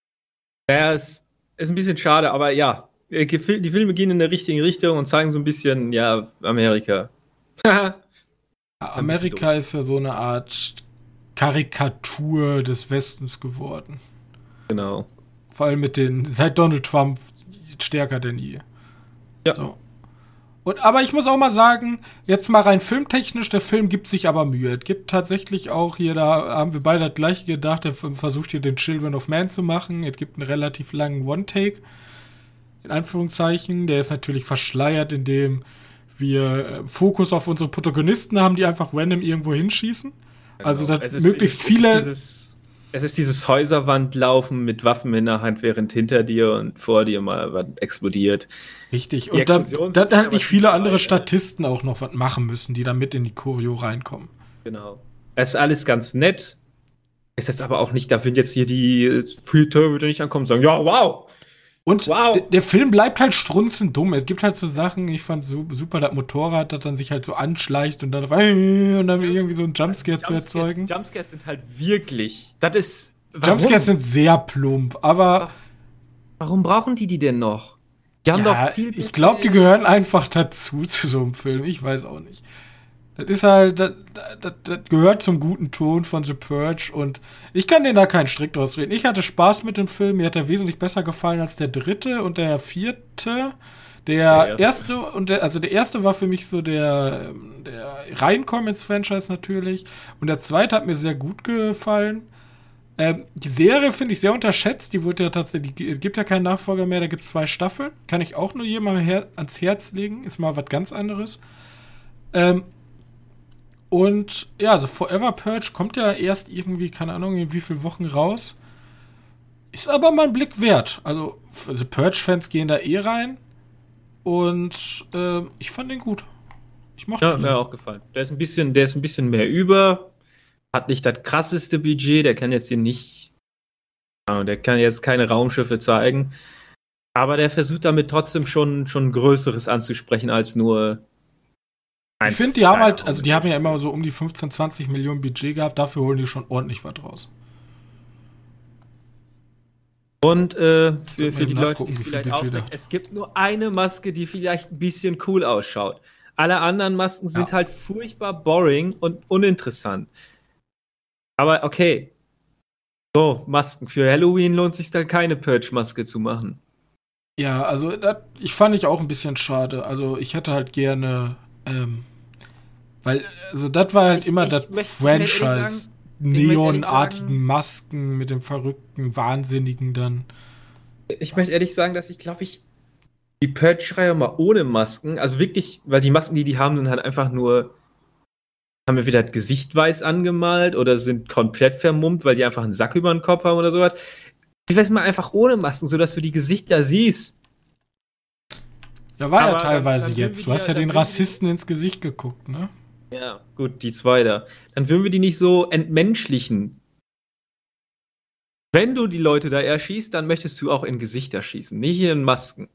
Ja, es ist ein bisschen schade, aber ja. Die Filme gehen in der richtigen Richtung und zeigen so ein bisschen, ja, Amerika. Ja, Amerika ist ja so eine Art Karikatur des Westens geworden. Genau. Vor allem seit Donald Trump stärker denn je. Ja. So. Aber ich muss auch mal sagen, jetzt mal rein filmtechnisch, der Film gibt sich aber Mühe. Es gibt tatsächlich auch hier, da haben wir beide das gleiche gedacht, der Film versucht hier den Children of Man zu machen. Es gibt einen relativ langen One-Take, in Anführungszeichen. Der ist natürlich verschleiert, indem wir Fokus auf unsere Protagonisten haben, die einfach random irgendwo hinschießen. Also Genau. dass möglichst viele... Es ist dieses Häuserwandlaufen mit Waffen in der Hand, während hinter dir und vor dir mal was explodiert. Richtig, Die und dann Explosionen sind halt nicht aber viele dabei, andere ja. Statisten auch noch was machen müssen, die da mit in die Choreo reinkommen. Genau. Es ist alles ganz nett. Ist jetzt aber auch nicht, da würden jetzt hier die Creator wieder nicht ankommen und sagen, ja, wow! Und Wow. der Film bleibt halt strunzend dumm. Es gibt halt so Sachen, ich fand super das Motorrad, das dann sich halt so anschleicht und dann irgendwie so ein Jumpscare zu erzeugen. Jumpscares sind halt wirklich. Das ist. Jumpscares sind sehr plump, aber Warum brauchen die denn noch? Die haben ja, doch viel ich glaube, die gehören einfach dazu zu so einem Film. Ich weiß auch nicht. Das ist halt, das gehört zum guten Ton von The Purge und ich kann denen da keinen Strick draus reden. Ich hatte Spaß mit dem Film, mir hat er wesentlich besser gefallen als der dritte und der vierte. Der erste war für mich so der Reinkommen ins Franchise natürlich und der zweite hat mir sehr gut gefallen. Die Serie finde ich sehr unterschätzt. Die wurde ja tatsächlich, gibt ja keinen Nachfolger mehr. Da gibt es 2 Staffeln. Kann ich auch nur jemandem ans Herz legen. Ist mal was ganz anderes. Und ja, also Forever Purge kommt ja erst irgendwie, keine Ahnung, in wie viele Wochen raus. Ist aber mal ein Blick wert. Also Purge-Fans gehen da rein. Und ich fand den gut. Ich mochte Ja, den. mir auch gefallen. Der ist ein bisschen mehr über, hat nicht das krasseste Budget, der kann jetzt hier nicht, der kann jetzt keine Raumschiffe zeigen, aber der versucht damit trotzdem schon Größeres anzusprechen als nur Ich finde, die haben halt, also die haben ja immer so um die 15, 20 Millionen Budget gehabt, dafür holen die schon ordentlich was raus. Und für mal die eben Leute, nachgucken, die es wie viel vielleicht Budget aufregt, der hat. es gibt nur eine Maske, die vielleicht ein bisschen cool ausschaut. Alle anderen Masken sind halt furchtbar boring und uninteressant. Aber okay. So, Masken. Für Halloween lohnt sich dann keine Purge-Maske zu machen. Ja, also ich fand ich auch ein bisschen schade. Also ich hätte halt gerne, weil, also das war halt immer das Franchise. Neonartigen Masken mit dem verrückten, wahnsinnigen dann. Ich möchte ehrlich sagen, dass ich glaube, die Purge-Reihe mal ohne Masken, also wirklich, weil die Masken, die haben, sind halt einfach nur, haben wir wieder das Gesicht weiß angemalt oder sind komplett vermummt, weil die einfach einen Sack über den Kopf haben oder sowas. Ich weiß mal einfach ohne Masken, sodass du die Gesichter siehst. Ja, war ja Aber teilweise dann jetzt. Du hast ja den Rassisten ins Gesicht geguckt, ne? Ja, gut, die 2 da. Dann würden wir die nicht so entmenschlichen. Wenn du die Leute da erschießt, dann möchtest du auch in Gesichter schießen, nicht in Masken.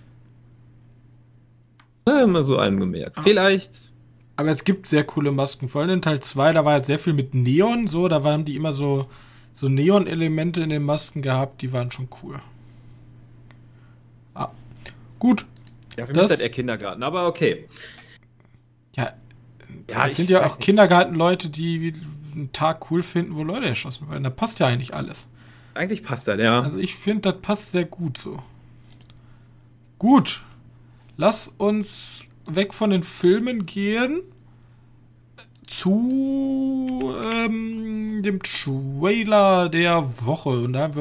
Immer so angemerkt. Ja. Vielleicht. Aber es gibt sehr coole Masken. Vor allem in Teil 2, da war halt sehr viel mit Neon, so. Da waren die immer so Neon-Elemente in den Masken gehabt, die waren schon cool. Ah. Gut. Ja, für mich ist das eher Kindergarten, aber okay. Ja, Ja, das sind ja auch Kindergartenleute, die einen Tag cool finden, wo Leute erschossen werden. Da passt ja eigentlich alles. Eigentlich passt das, ja. Also ich finde, das passt sehr gut so. Gut. Lass uns weg von den Filmen gehen zu dem Trailer der Woche. Und da haben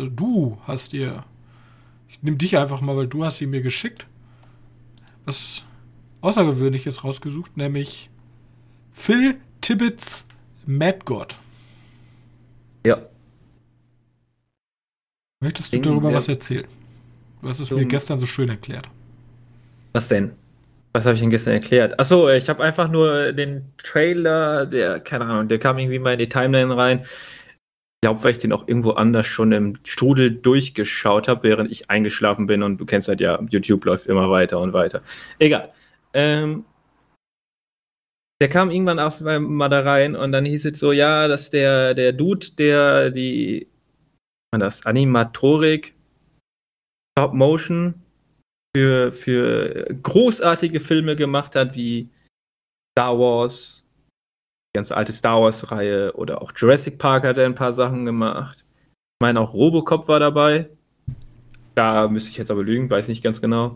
ich nehme dich einfach mal, weil du hast ihn mir geschickt, was Außergewöhnliches rausgesucht, nämlich Phil Tippetts Mad God. Ja. Möchtest du darüber was erzählen? Du hast es mir gestern so schön erklärt. Was denn? Was habe ich denn gestern erklärt? Achso, ich habe einfach nur den Trailer, keine Ahnung, der kam irgendwie mal in die Timeline rein. Ich glaube, weil ich den auch irgendwo anders schon im Strudel durchgeschaut habe, während ich eingeschlafen bin. Und du kennst halt ja, YouTube läuft immer weiter und weiter. Egal. Der kam irgendwann auch mal da rein und dann hieß es so, ja, dass der Dude, der das Animatorik, Stop-Motion für großartige Filme gemacht hat, wie Star Wars, die ganze alte Star Wars-Reihe oder auch Jurassic Park hat er ein paar Sachen gemacht. Ich meine, auch Robocop war dabei. Da müsste ich jetzt aber lügen, weiß nicht ganz genau.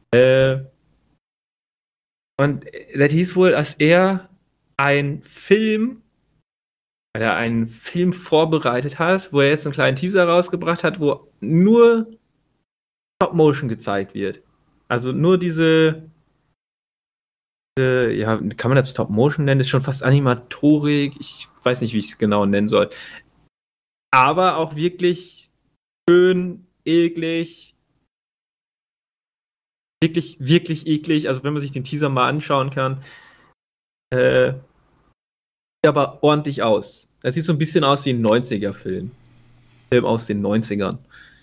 Und das hieß wohl, dass er weil er einen Film vorbereitet hat, wo er jetzt einen kleinen Teaser rausgebracht hat, wo nur Stop-Motion gezeigt wird. Also nur ja, kann man das Stop-Motion nennen? Das ist schon fast Animatorik. Ich weiß nicht, wie ich es genau nennen soll. Aber auch wirklich schön, eklig. Wirklich, wirklich eklig. Also wenn man sich den Teaser mal anschauen kann. Sieht aber ordentlich aus. Das sieht so ein bisschen aus wie ein 90er-Film. Film aus den 90ern.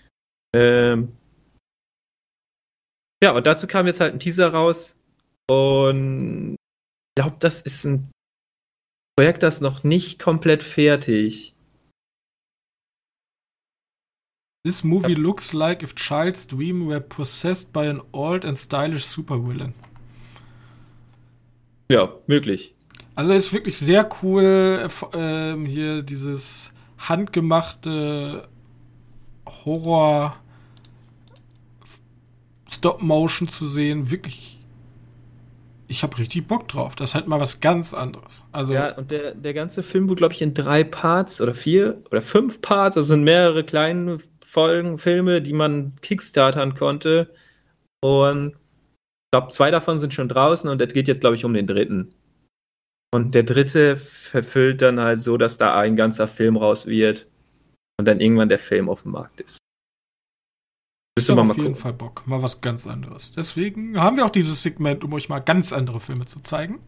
Ja, und dazu kam jetzt halt ein Teaser raus. Und ich glaube, das ist ein Projekt, das noch nicht komplett fertig. This movie looks like if Child's dream were possessed by an old and stylish supervillain. Ja, möglich. Also ist wirklich sehr cool, hier dieses handgemachte Horror Stop-Motion zu sehen. Wirklich ich habe richtig Bock drauf. Das ist halt mal was ganz anderes. Also, Ja, und der ganze Film wurde, glaube ich, in 3 Parts oder 4 oder 5 Parts, also sind mehrere kleine Folgen, Filme, die man kickstartern konnte. Und ich glaube, 2 davon sind schon draußen und es geht jetzt, glaube ich, um den dritten. Und der dritte verfüllt dann halt so, dass da ein ganzer Film raus wird und dann irgendwann der Film auf dem Markt ist. ich Müssen wir habe mal auf jeden gucken. Fall Bock. Mal was ganz anderes. Deswegen haben wir auch dieses Segment, um euch mal ganz andere Filme zu zeigen.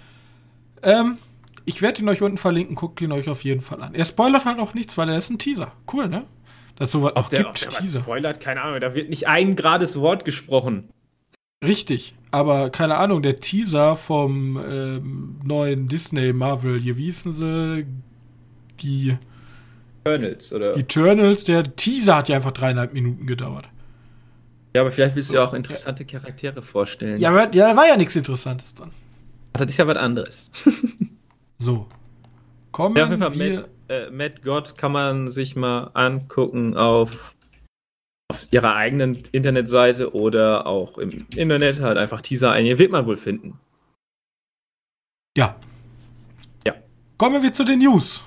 Ich werde ihn euch unten verlinken. Guckt ihn euch auf jeden Fall an. Er spoilert halt auch nichts, weil er ist ein Teaser. Cool, ne? Dass sowas auch gibt, der Teaser. spoilert, keine Ahnung, da wird nicht ein gerades Wort gesprochen. Richtig, aber keine Ahnung, der Teaser vom neuen Disney Marvel, hier, wie hießen sie? Die Eternals, oder? Eternals, der Teaser hat ja einfach 3,5 Minuten gedauert. Ja, aber vielleicht willst du ja auch interessante Charaktere vorstellen. Ja, aber da war ja nichts Interessantes dann. Das ist ja was anderes. So. Kommen Ja, auf jeden Fall, wir. Matt God kann man sich mal angucken auf ihrer eigenen Internetseite oder auch im Internet halt einfach Teaser ein. Wird man wohl finden. Ja. Ja. Kommen wir zu den News.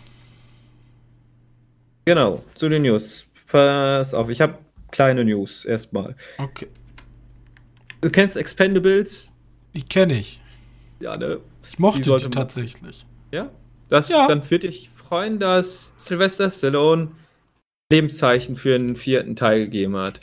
Genau, zu den News. Pass auf, ich habe kleine News erstmal. Okay. Du kennst Expendables? Die kenne ich. Ja, ne? Ich mochte Die sollte die man- tatsächlich. Ja? Ja. Dann würde dich freuen, dass Sylvester Stallone Lebenszeichen für einen 4. Teil gegeben hat.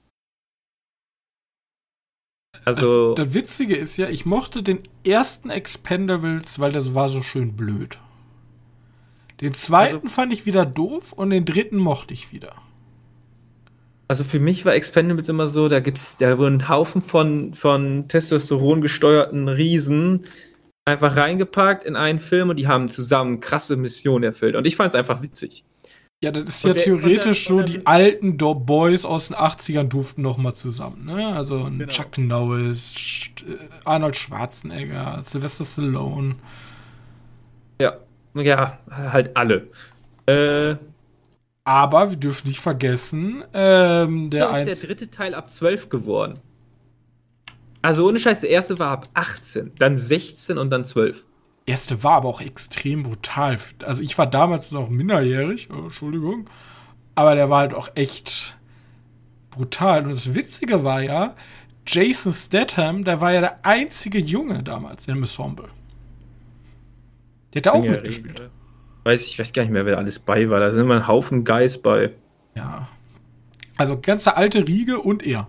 Also, Das Witzige ist ja, ich mochte den ersten Expendables, weil der war so schön blöd. Den zweiten fand ich wieder doof und den dritten mochte ich wieder. also für mich war Expendables immer so, da wurden ein Haufen von Testosteron gesteuerten Riesen einfach reingepackt in einen Film und die haben zusammen krasse Missionen erfüllt. Und ich fand es einfach witzig. Ja, das ist Und ja der- theoretisch und so, dann- die alten Boys aus den 80ern durften noch mal zusammen, ne? Also ein Genau. Chuck Norris, Arnold Schwarzenegger, Sylvester Stallone. Ja, halt alle. Aber wir dürfen nicht vergessen, Da der ist der dritte Teil ab 12 geworden. Also ohne Scheiß, der erste war ab 18, dann 16 und dann 12. erste war aber auch extrem brutal. Also ich war damals noch minderjährig, Entschuldigung, aber der war halt auch echt brutal. Und das Witzige war ja, Jason Statham, der war ja der einzige Junge damals im Ensemble. Der hat da auch mitgespielt. Ich weiß gar nicht mehr, wer da alles bei war. Da sind immer ein Haufen Guys bei. Ja. Also ganze alte Riege und er.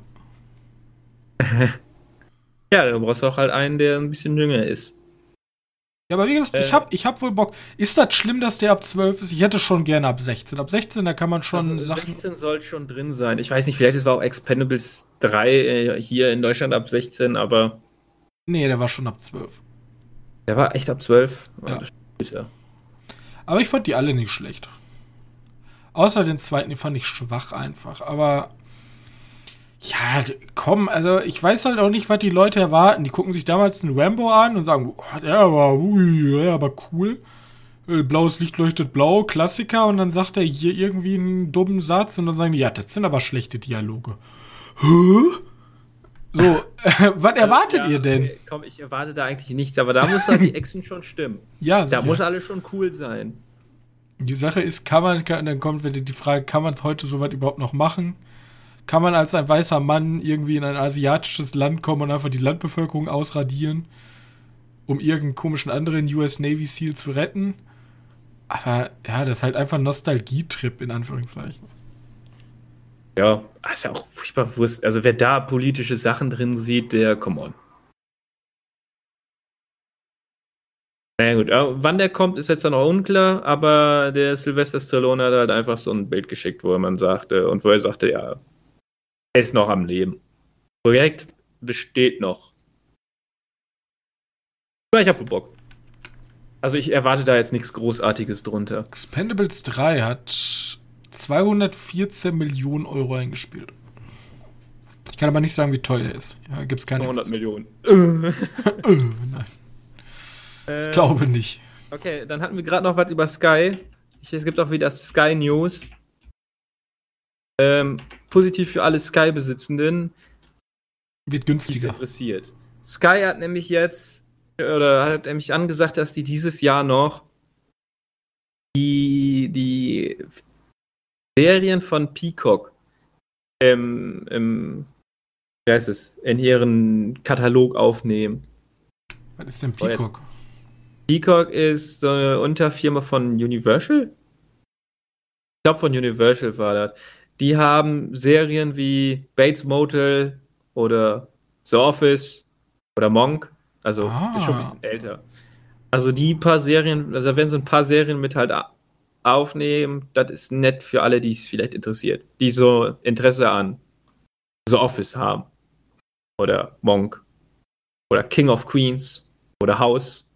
Ja, du brauchst auch halt einen, der ein bisschen jünger ist. Ja, aber wie gesagt, ich hab wohl Bock. Ist das schlimm, dass der ab 12 ist? Ich hätte schon gerne ab 16. Ab 16, da kann man schon Also Sachen. 16 soll schon drin sein. Ich weiß nicht, vielleicht war auch Expendables 3 hier in Deutschland ab 16, aber Nee, der war schon ab 12. der war echt ab 12. Ja. Das ist bitter. Aber ich fand die alle nicht schlecht. Außer den zweiten, den fand ich schwach einfach. Aber ja, komm, also ich weiß halt auch nicht, was die Leute erwarten. Die gucken sich damals einen Rambo an und sagen, oh, der aber cool. Blaues Licht leuchtet blau, Klassiker. Und dann sagt er hier irgendwie einen dummen Satz und dann sagen die, ja, das sind aber schlechte Dialoge. Hä? So, was erwartet ihr denn? Okay, komm, ich erwarte da eigentlich nichts, aber da muss doch die Action schon stimmen. Ja, Da sicher. muss alles schon cool sein. Die Sache ist, dann kommt wieder die Frage, kann man es heute so weit überhaupt noch machen? Kann man als ein weißer Mann irgendwie in ein asiatisches Land kommen und einfach die Landbevölkerung ausradieren, um irgendeinen komischen anderen US Navy SEAL zu retten? Aber ja, das ist halt einfach ein Nostalgietrip, in Anführungszeichen. Ja, ist ja auch furchtbar Wurst. Also wer da politische Sachen drin sieht, der, come on. Naja gut, wann der kommt, ist jetzt dann auch unklar, aber der Sylvester Stallone hat halt einfach so ein Bild geschickt, wo er sagte, ja, er ist noch am Leben. Projekt besteht noch. Ja, ich hab wohl Bock. Also ich erwarte da jetzt nichts Großartiges drunter. Expendables 3 hat 214 Millionen Euro eingespielt. Ich kann aber nicht sagen, wie teuer er ist. Ja, gibt's keine 100 Millionen. Nein, ich glaube nicht. Okay, dann hatten wir gerade noch was über Sky. Es gibt auch wieder Sky News. Positiv für alle Sky-Besitzenden, Wird die es günstiger. interessiert. Sky hat nämlich angesagt, dass die dieses Jahr noch die Serien von Peacock wie heißt es, in ihren Katalog aufnehmen. Was ist denn Peacock? Peacock ist so eine Unterfirma von Universal? Ich glaube, von Universal war das. Die haben Serien wie Bates Motel oder The Office oder Monk. Also, ist schon ein bisschen älter. Also, da werden so ein paar Serien mit halt aufnehmen. Das ist nett für alle, die es vielleicht interessiert. Die so Interesse an The Office haben. Oder Monk. Oder King of Queens. Oder House.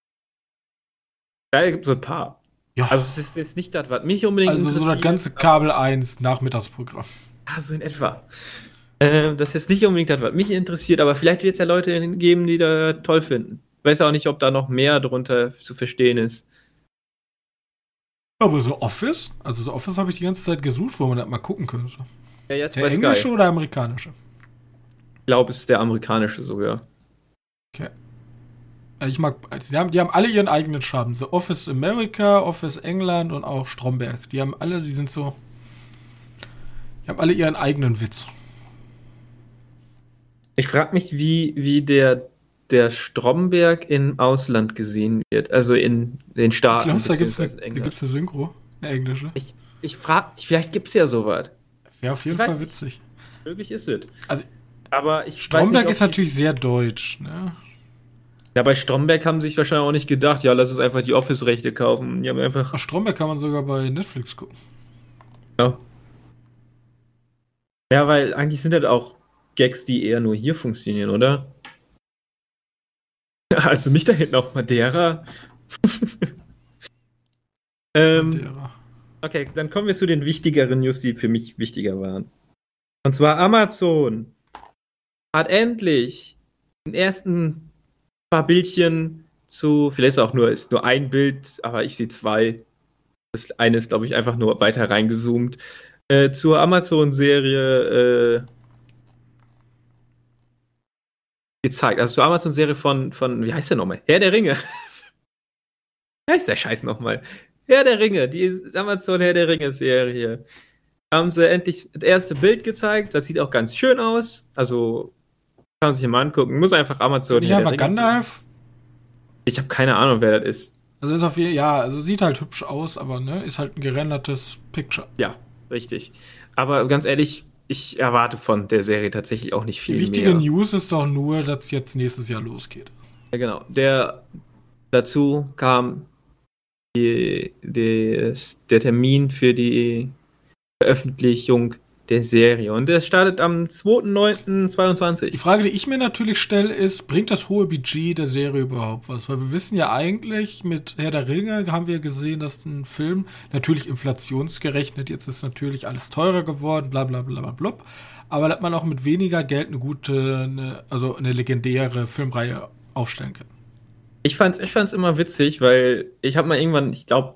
Da gibt es so ein paar. Ja. Also es ist jetzt nicht das, was mich unbedingt interessiert. Also so das ganze Kabel 1 Nachmittagsprogramm. Ja, so in etwa. Das ist jetzt nicht unbedingt das, was mich interessiert, aber vielleicht wird es ja Leute geben, die da toll finden. Ich weiß auch nicht, ob da noch mehr drunter zu verstehen ist. Aber so Office? Also so Office habe ich die ganze Zeit gesucht, wo man das mal gucken könnte. Ja, jetzt der bei englische Sky. Oder amerikanische? Ich glaube, es ist der amerikanische sogar. Okay. Ich mag, die haben alle ihren eigenen Charme. So Office America, Office England und auch Stromberg. Die haben alle ihren eigenen Witz. Ich frage mich, wie der Stromberg im Ausland gesehen wird. Also in den Staaten. Ich glaube, da gibt's eine Synchro, eine englische. Ich frage mich, vielleicht gibt es ja sowas. Wäre auf jeden Fall witzig. Möglich ist es. Also, aber ich Stromberg ist natürlich sehr deutsch, ne? Ja, bei Stromberg haben sie sich wahrscheinlich auch nicht gedacht, ja, lass uns einfach die Office-Rechte kaufen. Die haben einfach. Stromberg kann man sogar bei Netflix gucken. Ja. Ja, weil eigentlich sind das auch Gags, die eher nur hier funktionieren, oder? Also nicht da hinten auf Madeira. Madeira. Okay, dann kommen wir zu den wichtigeren News, die für mich wichtiger waren. Und zwar Amazon hat endlich den ersten paar Bildchen vielleicht ist nur ein Bild, aber ich sehe zwei. Das eine ist, glaube ich, einfach nur weiter reingezoomt. Zur Amazon-Serie gezeigt. Also zur Amazon-Serie von, wie heißt der nochmal? Herr der Ringe. Wie heißt der Scheiß nochmal? Herr der Ringe, die Amazon Herr der Ringe-Serie. Haben sie endlich das erste Bild gezeigt. Das sieht auch ganz schön aus. Also kann man sich mal angucken. Muss einfach Amazon Herr der Ringe. Gandalf? Ich habe keine Ahnung, wer das ist. Also ist also sieht halt hübsch aus, aber ne, ist halt ein gerendertes Picture. Ja, richtig. Aber ganz ehrlich, ich erwarte von der Serie tatsächlich auch nicht viel mehr. Die wichtige News ist doch nur, dass es jetzt nächstes Jahr losgeht. Ja, genau. Dazu kam der Termin für die Veröffentlichung der Serie. Und der startet am 2.9.22. Die Frage, die ich mir natürlich stelle, ist, bringt das hohe Budget der Serie überhaupt was? Weil wir wissen ja eigentlich, mit Herr der Ringe haben wir gesehen, dass ein Film, natürlich inflationsgerechnet, jetzt ist natürlich alles teurer geworden, bla bla bla bla bla, aber dass man auch mit weniger Geld eine legendäre Filmreihe aufstellen kann. Ich fand's immer witzig, weil ich habe mal irgendwann, ich glaube,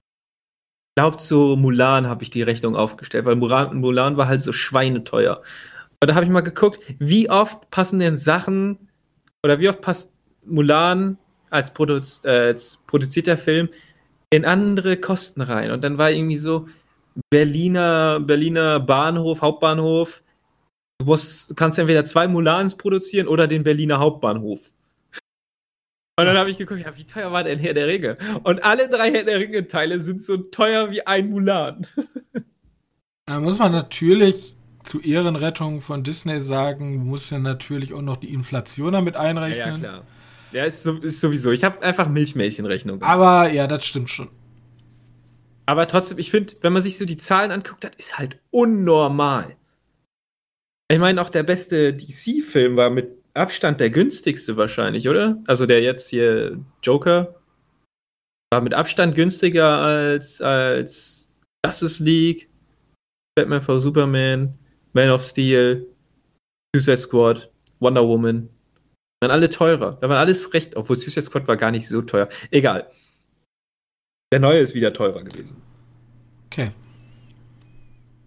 zu Mulan habe ich die Rechnung aufgestellt, weil Mulan war halt so schweineteuer. Und da habe ich mal geguckt, wie oft passen denn Sachen, oder wie oft passt Mulan als produzierter Film in andere Kosten rein. Und dann war irgendwie so Berliner Bahnhof, Hauptbahnhof, du kannst entweder 2 Mulans produzieren oder den Berliner Hauptbahnhof. Und dann habe ich geguckt, ja, wie teuer war denn Herr der Ringe? Und alle 3 Herr der Ringe-Teile sind so teuer wie ein Mulan. Da muss man natürlich zur Ehrenrettung von Disney sagen, muss ja natürlich auch noch die Inflation damit einrechnen. Ja, klar. Ja, ist sowieso. Ich habe einfach Milchmädchenrechnung gemacht. Aber ja, das stimmt schon. Aber trotzdem, ich finde, wenn man sich so die Zahlen anguckt, das ist halt unnormal. Ich meine, auch der beste DC-Film war mit Abstand der günstigste wahrscheinlich, oder? Also der jetzt hier Joker war mit Abstand günstiger als Justice League, Batman vs Superman, Man of Steel, Suicide Squad, Wonder Woman. Dann alle teurer. Da war alles recht, obwohl Suicide Squad war gar nicht so teuer. Egal. Der neue ist wieder teurer gewesen. Okay.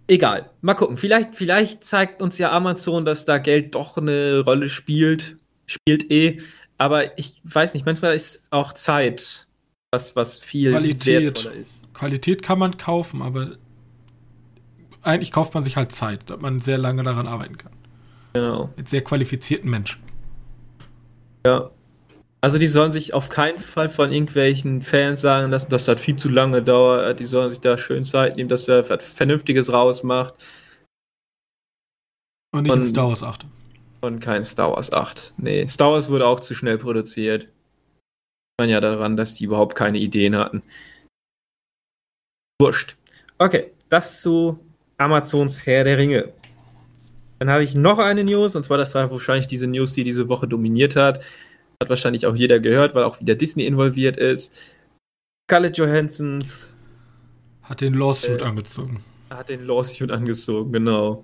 Egal. Mal gucken. Vielleicht zeigt uns ja Amazon, dass da Geld doch eine Rolle spielt. spielt aber ich weiß nicht, manchmal ist auch Zeit was viel wertvoller ist. Qualität kann man kaufen, aber eigentlich kauft man sich halt Zeit, dass man sehr lange daran arbeiten kann. Genau. Mit sehr qualifizierten Menschen. Ja. Also die sollen sich auf keinen Fall von irgendwelchen Fans sagen lassen, dass das viel zu lange dauert. Die sollen sich da schön Zeit nehmen, dass wer was Vernünftiges rausmacht. Und nicht in Star Wars 8. Und kein Star Wars 8. Nee, Star Wars wurde auch zu schnell produziert. Man ja daran, dass die überhaupt keine Ideen hatten. Wurscht. Okay, das zu Amazons Herr der Ringe. Dann habe ich noch eine News, und zwar, das war wahrscheinlich diese News, die diese Woche dominiert hat. Hat wahrscheinlich auch jeder gehört, weil auch wieder Disney involviert ist. Scarlett Johansson hat den Lawsuit angezogen. Hat den Lawsuit angezogen, genau.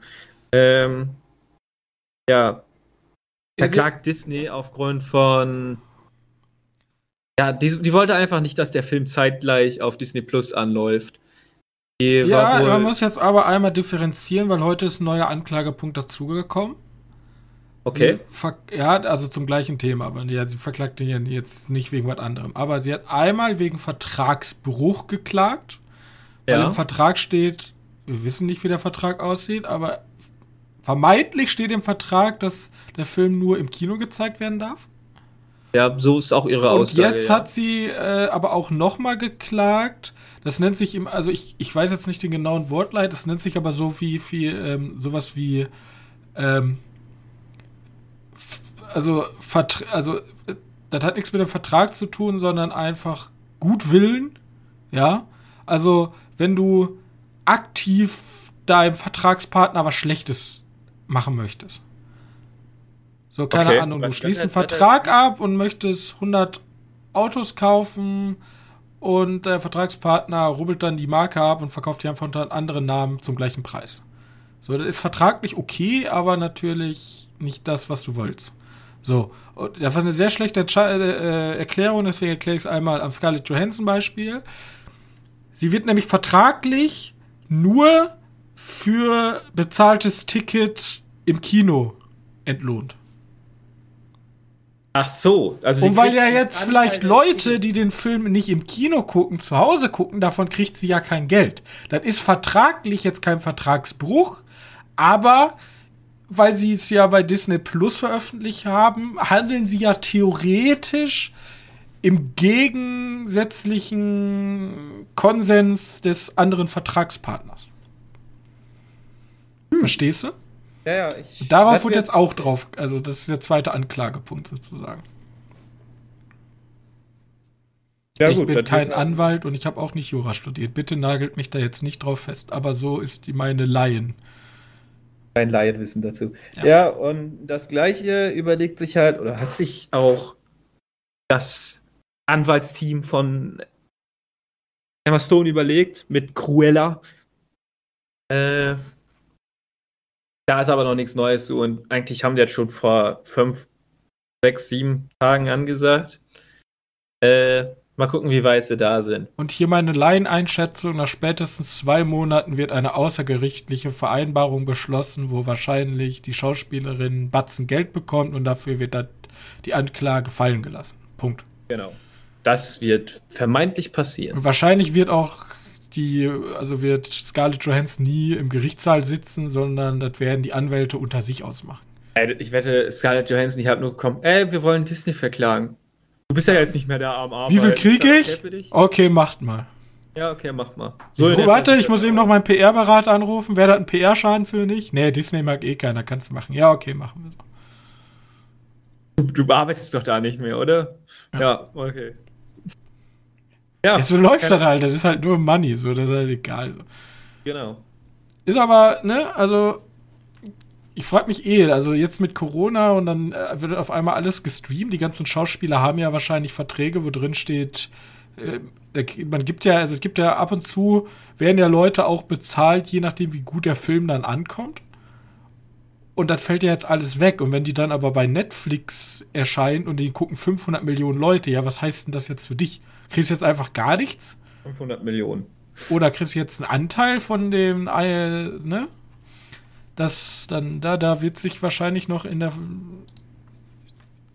Verklagt Disney aufgrund von... Ja, die wollte einfach nicht, dass der Film zeitgleich auf Disney Plus anläuft. Man muss jetzt aber einmal differenzieren, weil heute ist ein neuer Anklagepunkt dazugekommen. Okay. Also zum gleichen Thema, aber sie verklagt ihn jetzt nicht wegen was anderem. Aber sie hat einmal wegen Vertragsbruch geklagt, weil im Vertrag steht, wir wissen nicht, wie der Vertrag aussieht, aber vermeintlich steht im Vertrag, dass der Film nur im Kino gezeigt werden darf. Ja, so ist auch ihre Aussage. Und jetzt hat sie aber auch nochmal geklagt. Das nennt sich, ich weiß jetzt nicht den genauen Wortlaut, das nennt sich aber so sowas wie das hat nichts mit dem Vertrag zu tun, sondern einfach Gutwillen, ja. Also, wenn du aktiv deinem Vertragspartner was Schlechtes machen möchtest. So, keine Ahnung, du schließt einen Vertrag ab und möchtest 100 Autos kaufen und der Vertragspartner rubbelt dann die Marke ab und verkauft die einfach unter einem anderen Namen zum gleichen Preis. So, das ist vertraglich okay, aber natürlich nicht das, was du wolltest. So, und das war eine sehr schlechte Erklärung, deswegen erkläre ich es einmal am Scarlett Johansson Beispiel. Sie wird nämlich vertraglich nur für bezahltes Ticket im Kino entlohnt. Ach so. Also und weil ja jetzt vielleicht Leute, die den Film nicht im Kino gucken, zu Hause gucken, davon kriegt sie ja kein Geld. Das ist vertraglich jetzt kein Vertragsbruch, aber weil sie es ja bei Disney Plus veröffentlicht haben, handeln sie ja theoretisch im gegensätzlichen Konsens des anderen Vertragspartners. Verstehst du? Ja, und darauf wird jetzt auch drauf, also das ist der zweite Anklagepunkt sozusagen. Ja, ich bin kein Anwalt und ich habe auch nicht Jura studiert. Bitte nagelt mich da jetzt nicht drauf fest, aber so ist meine Laien. Kein Laienwissen dazu. Ja, und das Gleiche überlegt sich halt, oder hat sich auch das Anwaltsteam von Emma Stone überlegt mit Cruella. Da ist aber noch nichts Neues so und eigentlich haben die jetzt schon vor 5, 6, 7 Tagen angesagt. Mal gucken, wie weit sie da sind. Und hier meine Laieneinschätzung, nach spätestens 2 Monaten wird eine außergerichtliche Vereinbarung beschlossen, wo wahrscheinlich die Schauspielerin einen Batzen Geld bekommt und dafür wird die Anklage fallen gelassen. Punkt. Genau. Das wird vermeintlich passieren. Und wahrscheinlich wird auch wird Scarlett Johansson nie im Gerichtssaal sitzen, sondern das werden die Anwälte unter sich ausmachen. Ich wette, Scarlett Johansson, ich habe nur gekommen, wir wollen Disney verklagen. Du bist ja jetzt nicht mehr da am Arbeiten. Wie viel kriege ich? Okay, macht mal. Ja, okay, mach mal. Warte, ich muss eben noch meinen PR-Berater anrufen. Wer hat einen PR-Schaden für mich? Nee, Disney mag keiner, kannst du machen. Ja, okay, machen wir so. Du arbeitest doch da nicht mehr, oder? Ja okay. Ja, so läuft das halt. Das ist halt nur Money, so, das ist halt egal. So. Genau. Ist aber, also ich frage mich also jetzt mit Corona und dann wird auf einmal alles gestreamt. Die ganzen Schauspieler haben ja wahrscheinlich Verträge, wo drin steht, es gibt ja ab und zu, werden ja Leute auch bezahlt, je nachdem, wie gut der Film dann ankommt. Und das fällt ja jetzt alles weg. Und wenn die dann aber bei Netflix erscheinen und die gucken 500 Millionen Leute, ja, was heißt denn das jetzt für dich? Kriegst du jetzt einfach gar nichts? 500 Millionen. Oder kriegst du jetzt einen Anteil von dem, ne? Das dann, da wird sich wahrscheinlich noch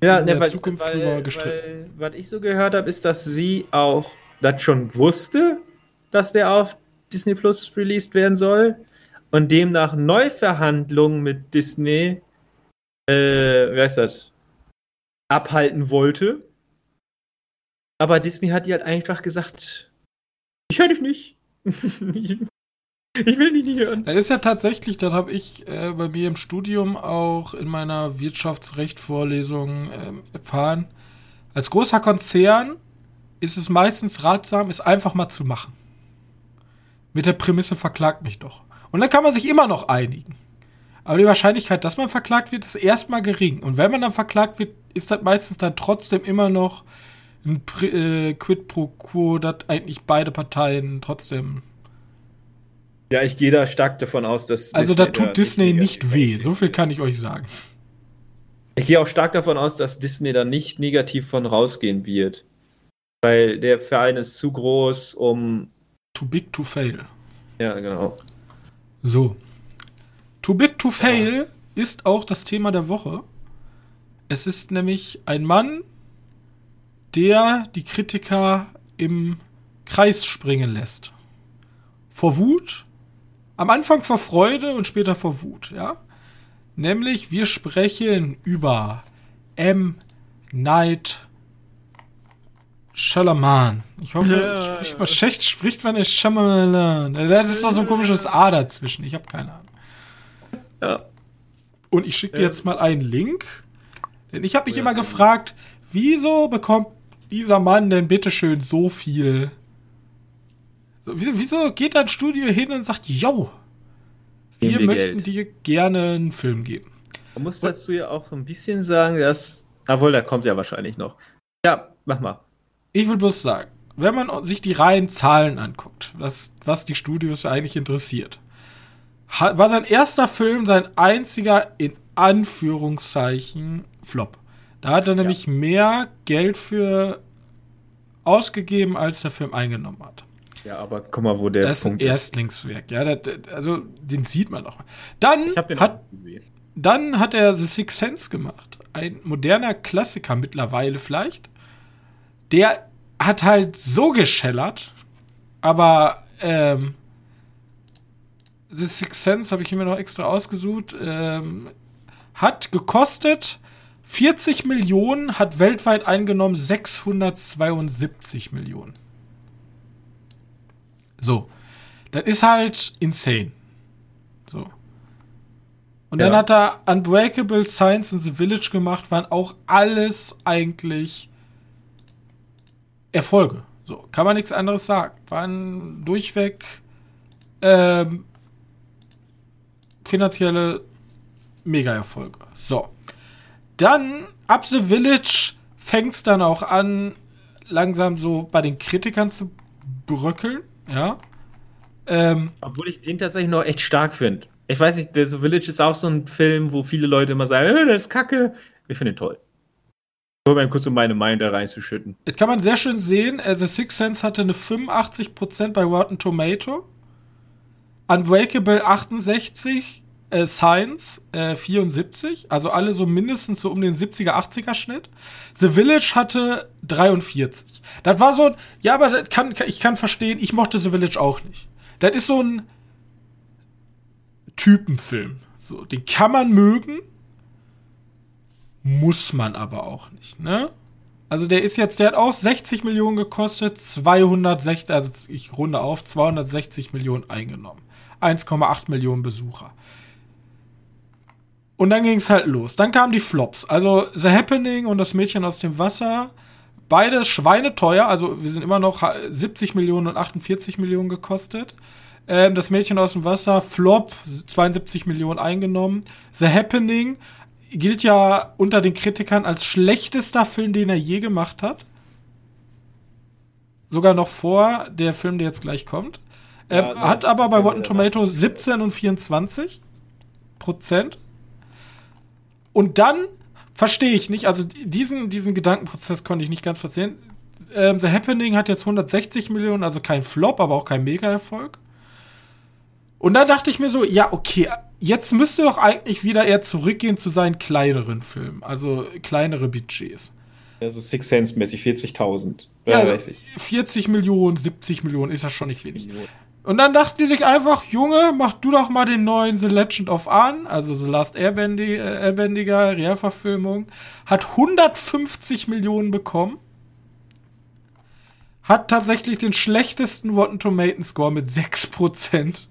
Ja, in ne, der Zukunft drüber gestritten. was ich so gehört habe, ist, dass sie auch das schon wusste, dass der auf Disney Plus released werden soll und demnach Neuverhandlungen mit Disney, wie heißt das, abhalten wollte. Aber Disney hat ihr halt einfach gesagt, ich höre dich nicht. Ich will dich nicht hören. Das ist ja tatsächlich, das habe ich bei mir im Studium auch in meiner Wirtschaftsrecht-Vorlesung erfahren. Als großer Konzern ist es meistens ratsam, es einfach mal zu machen. Mit der Prämisse, verklagt mich doch. Und dann kann man sich immer noch einigen. Aber die Wahrscheinlichkeit, dass man verklagt wird, ist erstmal gering. Und wenn man dann verklagt wird, ist das meistens dann trotzdem immer noch ein Quid pro Quo, dass eigentlich beide Parteien trotzdem. Ja, ich gehe da stark davon aus, dass Also da tut Disney nicht weh. So viel kann ich euch sagen. Ich gehe auch stark davon aus, dass Disney da nicht negativ von rausgehen wird. Weil der Verein ist zu groß, um. Too big to fail. Ja, genau. So. Too big to fail ist auch das Thema der Woche. Es ist nämlich ein Mann, der die Kritiker im Kreis springen lässt. Vor Wut. Am Anfang vor Freude und später vor Wut, ja. Nämlich, wir sprechen über M. Night Shyamalan. Ich hoffe, spricht man nicht Shyamalan. Das ist doch so ein komisches A dazwischen. Ich habe keine Ahnung. Ja. Und ich schicke dir jetzt mal einen Link. Denn ich habe mich immer gefragt, wieso bekommt dieser Mann denn bitteschön so viel? Wieso geht ein Studio hin und sagt, yo, wir möchten dir gerne einen Film geben? Man muss dazu ja auch so ein bisschen sagen, dass. Obwohl, der kommt ja wahrscheinlich noch. Ja, mach mal. Ich will bloß sagen, wenn man sich die reinen Zahlen anguckt, was die Studios eigentlich interessiert, war sein erster Film sein einziger, in Anführungszeichen, Flop. Da hat er nämlich mehr Geld für ausgegeben, als der Film eingenommen hat. Ja, aber guck mal, wo der das Punkt ist. Das ist ein Erstlingswerk, ja, also den sieht man doch. Dann ich hab den auch gesehen. Dann hat er The Sixth Sense gemacht. Ein moderner Klassiker mittlerweile vielleicht. Der hat halt so geschellert, aber The Sixth Sense habe ich mir noch extra ausgesucht. Hat gekostet 40 Millionen, hat weltweit eingenommen 672 Millionen. So. Das ist halt insane. So. Und dann hat er Unbreakable, Science and the Village gemacht, waren auch alles eigentlich Erfolge. So, kann man nichts anderes sagen. Waren durchweg finanzielle Mega-Erfolge. So. Dann, ab The Village fängt's dann auch an, langsam so bei den Kritikern zu bröckeln. Ja. Obwohl ich den tatsächlich noch echt stark finde. Ich weiß nicht, The Village ist auch so ein Film, wo viele Leute immer sagen, das ist kacke. Ich finde ihn toll. Nur mal kurz, um meine Meinung da reinzuschütten. Das kann man sehr schön sehen. The Sixth Sense hatte eine 85% bei Rotten Tomato. Unbreakable 68, Science 74. Also alle so mindestens so um den 70er, 80er Schnitt. The Village hatte 43. Das war so ein, ja, aber ich kann verstehen, ich mochte The Village auch nicht. Das ist so ein Typenfilm. So, den kann man mögen, muss man aber auch nicht, ne? Also der hat auch 60 Millionen gekostet, 260, also ich runde auf, 260 Millionen eingenommen. 1,8 Millionen Besucher. Und dann ging es halt los. Dann kamen die Flops. Also The Happening und Das Mädchen aus dem Wasser, beides schweineteuer, also wir sind immer noch 70 Millionen und 48 Millionen gekostet. Das Mädchen aus dem Wasser, Flop, 72 Millionen eingenommen. The Happening gilt ja unter den Kritikern als schlechtester Film, den er je gemacht hat. Sogar noch vor der Film, der jetzt gleich kommt. Hat aber bei Rotten Tomatoes 17 und 24%. Und dann verstehe ich nicht, also diesen Gedankenprozess konnte ich nicht ganz verstehen. The Happening hat jetzt 160 Millionen, also kein Flop, aber auch kein Mega-Erfolg. Und dann dachte ich mir so, ja, okay, jetzt müsste doch eigentlich wieder eher zurückgehen zu seinen kleineren Filmen, also kleinere Budgets. Also Sixth Sense-mäßig 40.000. Ja, weiß ich. 40 Millionen, 70 Millionen ist das schon nicht wenig. Und dann dachten die sich einfach, Junge, mach du doch mal den neuen The Legend of Aang, also The Last Airbendiger, Realverfilmung, hat 150 Millionen bekommen, hat tatsächlich den schlechtesten Rotten Tomatoes Score mit 6%.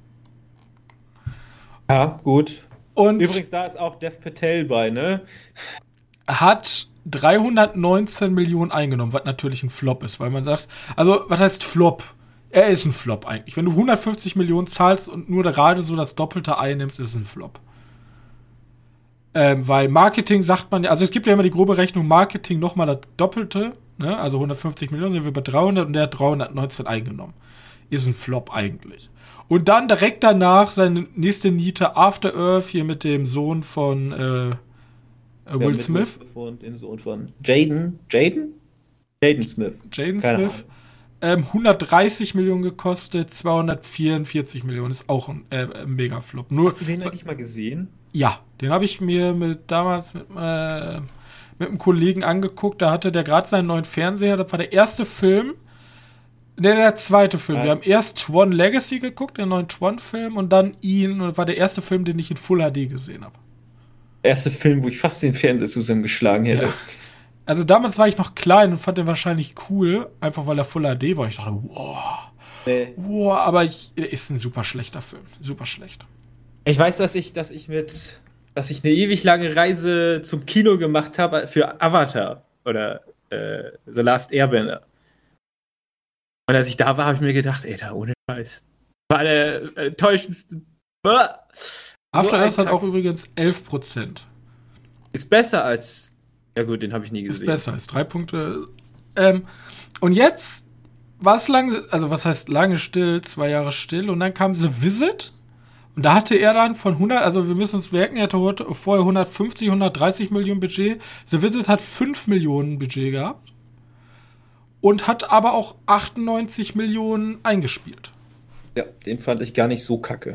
Ja, gut. Und übrigens, da ist auch Dev Patel bei, ne? Hat 319 Millionen eingenommen, was natürlich ein Flop ist, weil man sagt, also, was heißt Flop? Er ist ein Flop eigentlich. Wenn du 150 Millionen zahlst und nur gerade so das Doppelte einnimmst, ist es ein Flop. Weil Marketing sagt man, also es gibt ja immer die grobe Rechnung, Marketing nochmal das Doppelte, ne? Also 150 Millionen sind wir bei 300 und der hat 319 eingenommen. Ist ein Flop eigentlich. Und dann direkt danach seine nächste Niete After Earth hier mit dem Sohn von Will Smith. Und den Sohn von Jaden Smith. Jaden Smith. 130 Millionen gekostet, 244 Millionen. Ist auch ein Mega-Flop. Hast du den eigentlich mal gesehen? Ja, den habe ich mir damals mit einem Kollegen angeguckt. Da hatte der gerade seinen neuen Fernseher. Das war der erste Film. Der zweite Film. Ja. Wir haben erst Tron Legacy geguckt, den neuen Tron-Film, und dann ihn. Und das war der erste Film, den ich in Full HD gesehen habe. Erste Film, wo ich fast den Fernseher zusammengeschlagen hätte. Ja. Also damals war ich noch klein und fand den wahrscheinlich cool, einfach weil er Full HD war. Ich dachte, wow, aber ist ein super schlechter Film. Super schlecht. Ich weiß, dass ich eine ewig lange Reise zum Kino gemacht habe für Avatar oder The Last Airbender. Und als ich da war, habe ich mir gedacht, ey, da ohne Scheiß. War der enttäuschendste. After Earth hat auch übrigens 11%. Ist besser als. Ja gut, den habe ich nie gesehen. Ist besser, ist 3 Punkte. Und jetzt war es lange, also was heißt lange still, 2 Jahre still, und dann kam The Visit. Und da hatte er dann von 100, also wir müssen uns merken, er hatte vorher 150, 130 Millionen Budget. The Visit hat 5 Millionen Budget gehabt. Und hat aber auch 98 Millionen eingespielt. Ja, den fand ich gar nicht so kacke.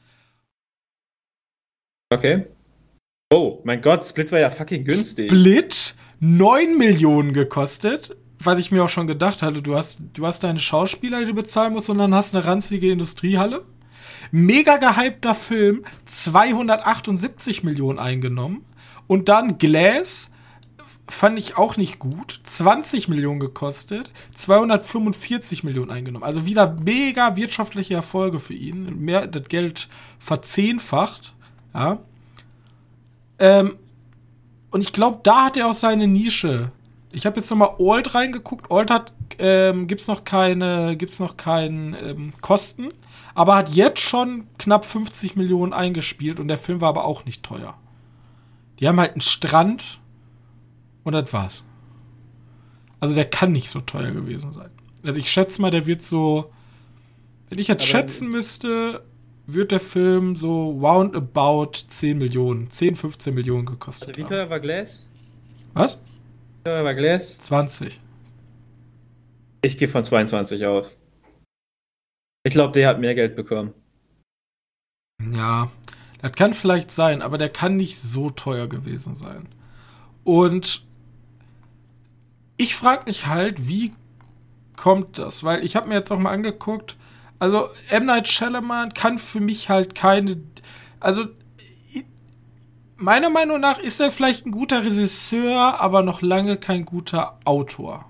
Okay. Oh, mein Gott, Split war ja fucking günstig. Split 9 Millionen gekostet, was ich mir auch schon gedacht hatte. Du hast deine Schauspieler, die du bezahlen musst, und dann hast du eine ranzige Industriehalle. Mega gehypter Film, 278 Millionen eingenommen. Und dann Glass, fand ich auch nicht gut, 20 Millionen gekostet, 245 Millionen eingenommen. Also wieder mega wirtschaftliche Erfolge für ihn. Das Geld verzehnfacht. Ja. Und ich glaube, da hat er auch seine Nische. Ich habe jetzt nochmal Old reingeguckt. Old hat gibt's noch keinen Kosten, aber hat jetzt schon knapp 50 Millionen eingespielt und der Film war aber auch nicht teuer. Die haben halt einen Strand und das war's. Also der kann nicht so teuer gewesen sein. Also ich schätze mal, der wird so, wenn ich jetzt schätzen müsste, wird der Film so roundabout 10 Millionen, 10, 15 Millionen gekostet haben. Wie teuer war Glass? Was? Wie teuer war Glass? 20. Ich gehe von 22 aus. Ich glaube, der hat mehr Geld bekommen. Ja, das kann vielleicht sein, aber der kann nicht so teuer gewesen sein. Und ich frage mich halt, wie kommt das? Weil ich habe mir jetzt noch mal angeguckt, also M. Night Shyamalan kann für mich halt keine, also meiner Meinung nach ist er vielleicht ein guter Regisseur, aber noch lange kein guter Autor.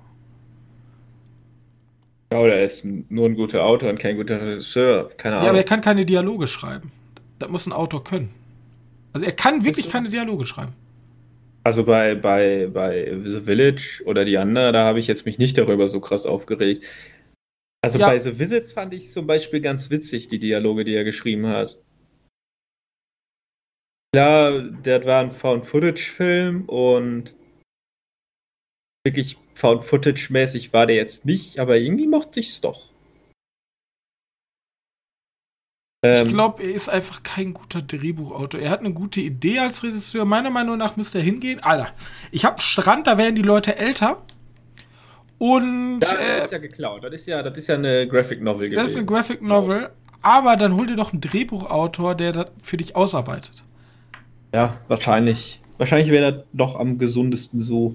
Ja, oder er ist nur ein guter Autor und kein guter Regisseur. Keine Ahnung. Ja, aber er kann keine Dialoge schreiben. Das muss ein Autor können. Also er kann wirklich keine Dialoge schreiben. Also bei The Village oder die andere, da habe ich jetzt mich nicht darüber so krass aufgeregt. Also ja. Bei The Visits fand ich zum Beispiel ganz witzig, die Dialoge, die er geschrieben hat. Klar, der war ein Found-Footage-Film und wirklich Found-Footage-mäßig war der jetzt nicht, aber irgendwie mochte ich es doch. Ich glaube, er ist einfach kein guter Drehbuchautor. Er hat eine gute Idee als Regisseur. Meiner Meinung nach müsste er hingehen. Alter, ich habe einen Strand, da werden die Leute älter. Und das ist ja geklaut. Das ist ja eine Graphic Novel gewesen. Das ist eine Graphic Novel. Aber dann hol dir doch einen Drehbuchautor, der das für dich ausarbeitet. Ja, wahrscheinlich. Wahrscheinlich wäre das doch am gesundesten so.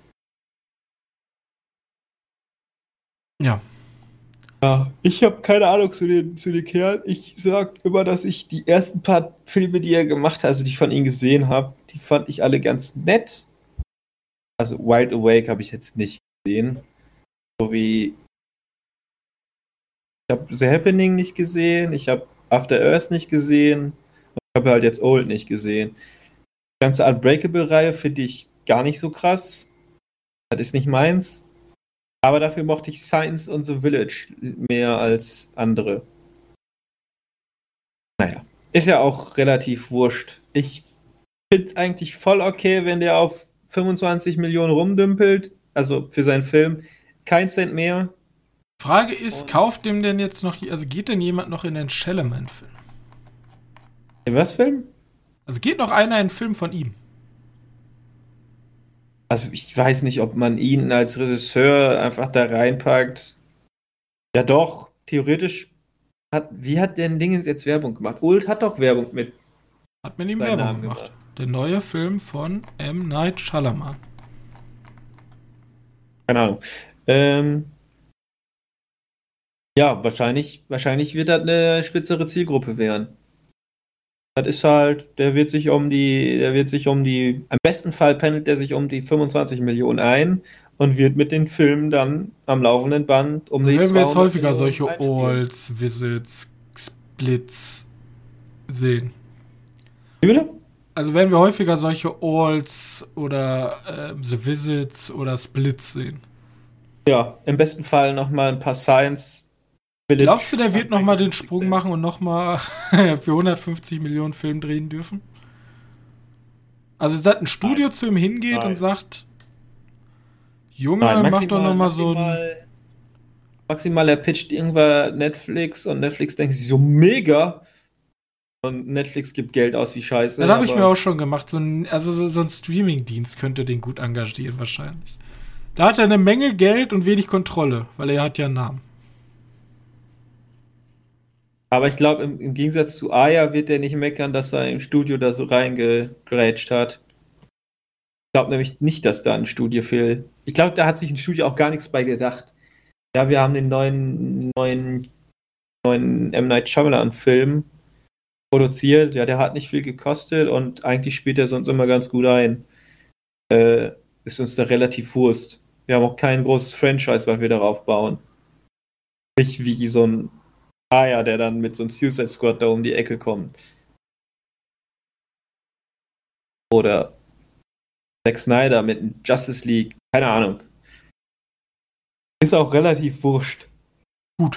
Ja. Ja, ich habe keine Ahnung zu den Kerl. Ich sag immer, dass ich die ersten paar Filme, die er gemacht hat, also die ich von ihm gesehen habe, die fand ich alle ganz nett. Also Wide Awake habe ich jetzt nicht gesehen. So wie ich habe The Happening nicht gesehen, ich habe After Earth nicht gesehen und ich habe halt jetzt Old nicht gesehen. Die ganze Unbreakable-Reihe finde ich gar nicht so krass. Das ist nicht meins. Aber dafür mochte ich Science und The Village mehr als andere. Naja, ist ja auch relativ wurscht. Ich finde es eigentlich voll okay, wenn der auf 25 Millionen rumdümpelt. Also für seinen Film. Kein Cent mehr. Frage ist, kauft dem denn jetzt noch, also geht denn jemand noch in den Shalaman-Film? In was Film? Also geht noch einer in einen Film von ihm? Also ich weiß nicht, ob man ihn als Regisseur einfach da reinpackt. Ja doch, theoretisch wie hat denn Dingens jetzt Werbung gemacht? Ult hat doch Werbung mit. Hat mit ihm seinen Werbung Namen gemacht. Der neue Film von M. Night Shyamalan. Keine Ahnung. Ja, wahrscheinlich wird das eine spitzere Zielgruppe werden. Das ist halt, am besten Fall pendelt der sich um die 25 Millionen ein und wird mit den Filmen dann am laufenden Band um die 200 Werden wir jetzt häufiger Millionen solche einspielen. Alls, Visits, Splits sehen? Wie bitte? Also werden wir häufiger solche Alls oder The Visits oder Splits sehen? Ja, im besten Fall nochmal ein paar Science. Glaubst du, der wird nochmal den Sprung machen und nochmal für 150 Millionen Film drehen dürfen? Also, dass ein Studio zu ihm hingeht und sagt, Junge, mach doch nochmal so ein... Maximal, er pitcht irgendwann Netflix und Netflix denkt sich so mega und Netflix gibt Geld aus wie Scheiße. Das habe ich mir auch schon gemacht. So ein Streaming-Dienst könnte den gut engagieren wahrscheinlich. Da hat er eine Menge Geld und wenig Kontrolle, weil er hat ja einen Namen. Aber ich glaube, im Gegensatz zu Aya wird er nicht meckern, dass er im Studio da so reingegrätscht hat. Ich glaube nämlich nicht, dass da ein Studio fehlt. Ich glaube, da hat sich ein Studio auch gar nichts bei gedacht. Ja, wir haben den neuen M. Night Shyamalan-Film produziert. Ja, der hat nicht viel gekostet und eigentlich spielt er sonst immer ganz gut ein. Ist uns da relativ Wurst. Wir haben auch kein großes Franchise, was wir darauf bauen. Nicht wie so ein Aya, der dann mit so einem Suicide Squad da um die Ecke kommt. Oder Zack Snyder mit Justice League. Keine Ahnung. Ist auch relativ wurscht. Gut.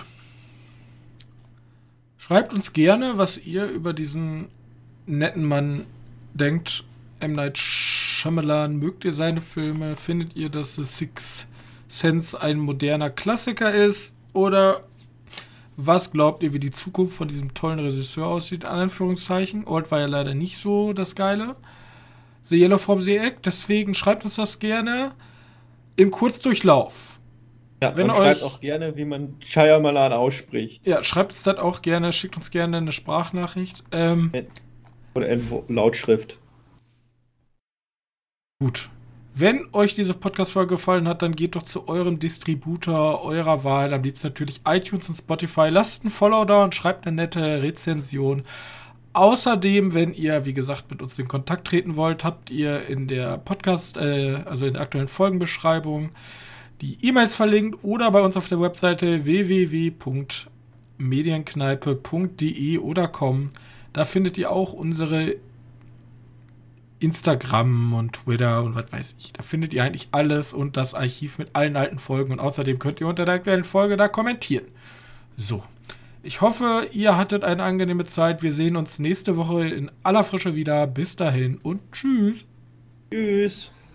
Schreibt uns gerne, was ihr über diesen netten Mann denkt. M. Night Shyamalan, mögt ihr seine Filme? Findet ihr, dass The Sixth Sense ein moderner Klassiker ist? Oder was glaubt ihr, wie die Zukunft von diesem tollen Regisseur aussieht? In Anführungszeichen. Old war ja leider nicht so das Geile. The Yellow from the Egg. Deswegen schreibt uns das gerne im Kurzdurchlauf. Ja, und schreibt auch gerne, wie man Shyamalan ausspricht. Ja, schreibt uns das auch gerne. Schickt uns gerne eine Sprachnachricht. Oder in Lautschrift. Gut. Wenn euch diese Podcast-Folge gefallen hat, dann geht doch zu eurem Distributor eurer Wahl. Am liebsten natürlich iTunes und Spotify. Lasst ein Follow da und schreibt eine nette Rezension. Außerdem, wenn ihr, wie gesagt, mit uns in Kontakt treten wollt, habt ihr in der also in der aktuellen Folgenbeschreibung die E-Mails verlinkt oder bei uns auf der Webseite www.medienkneipe.de oder com. Da findet ihr auch unsere Instagram und Twitter und was weiß ich. Da findet ihr eigentlich alles und das Archiv mit allen alten Folgen und außerdem könnt ihr unter der aktuellen Folge da kommentieren. So. Ich hoffe, ihr hattet eine angenehme Zeit. Wir sehen uns nächste Woche in aller Frische wieder. Bis dahin und tschüss. Tschüss.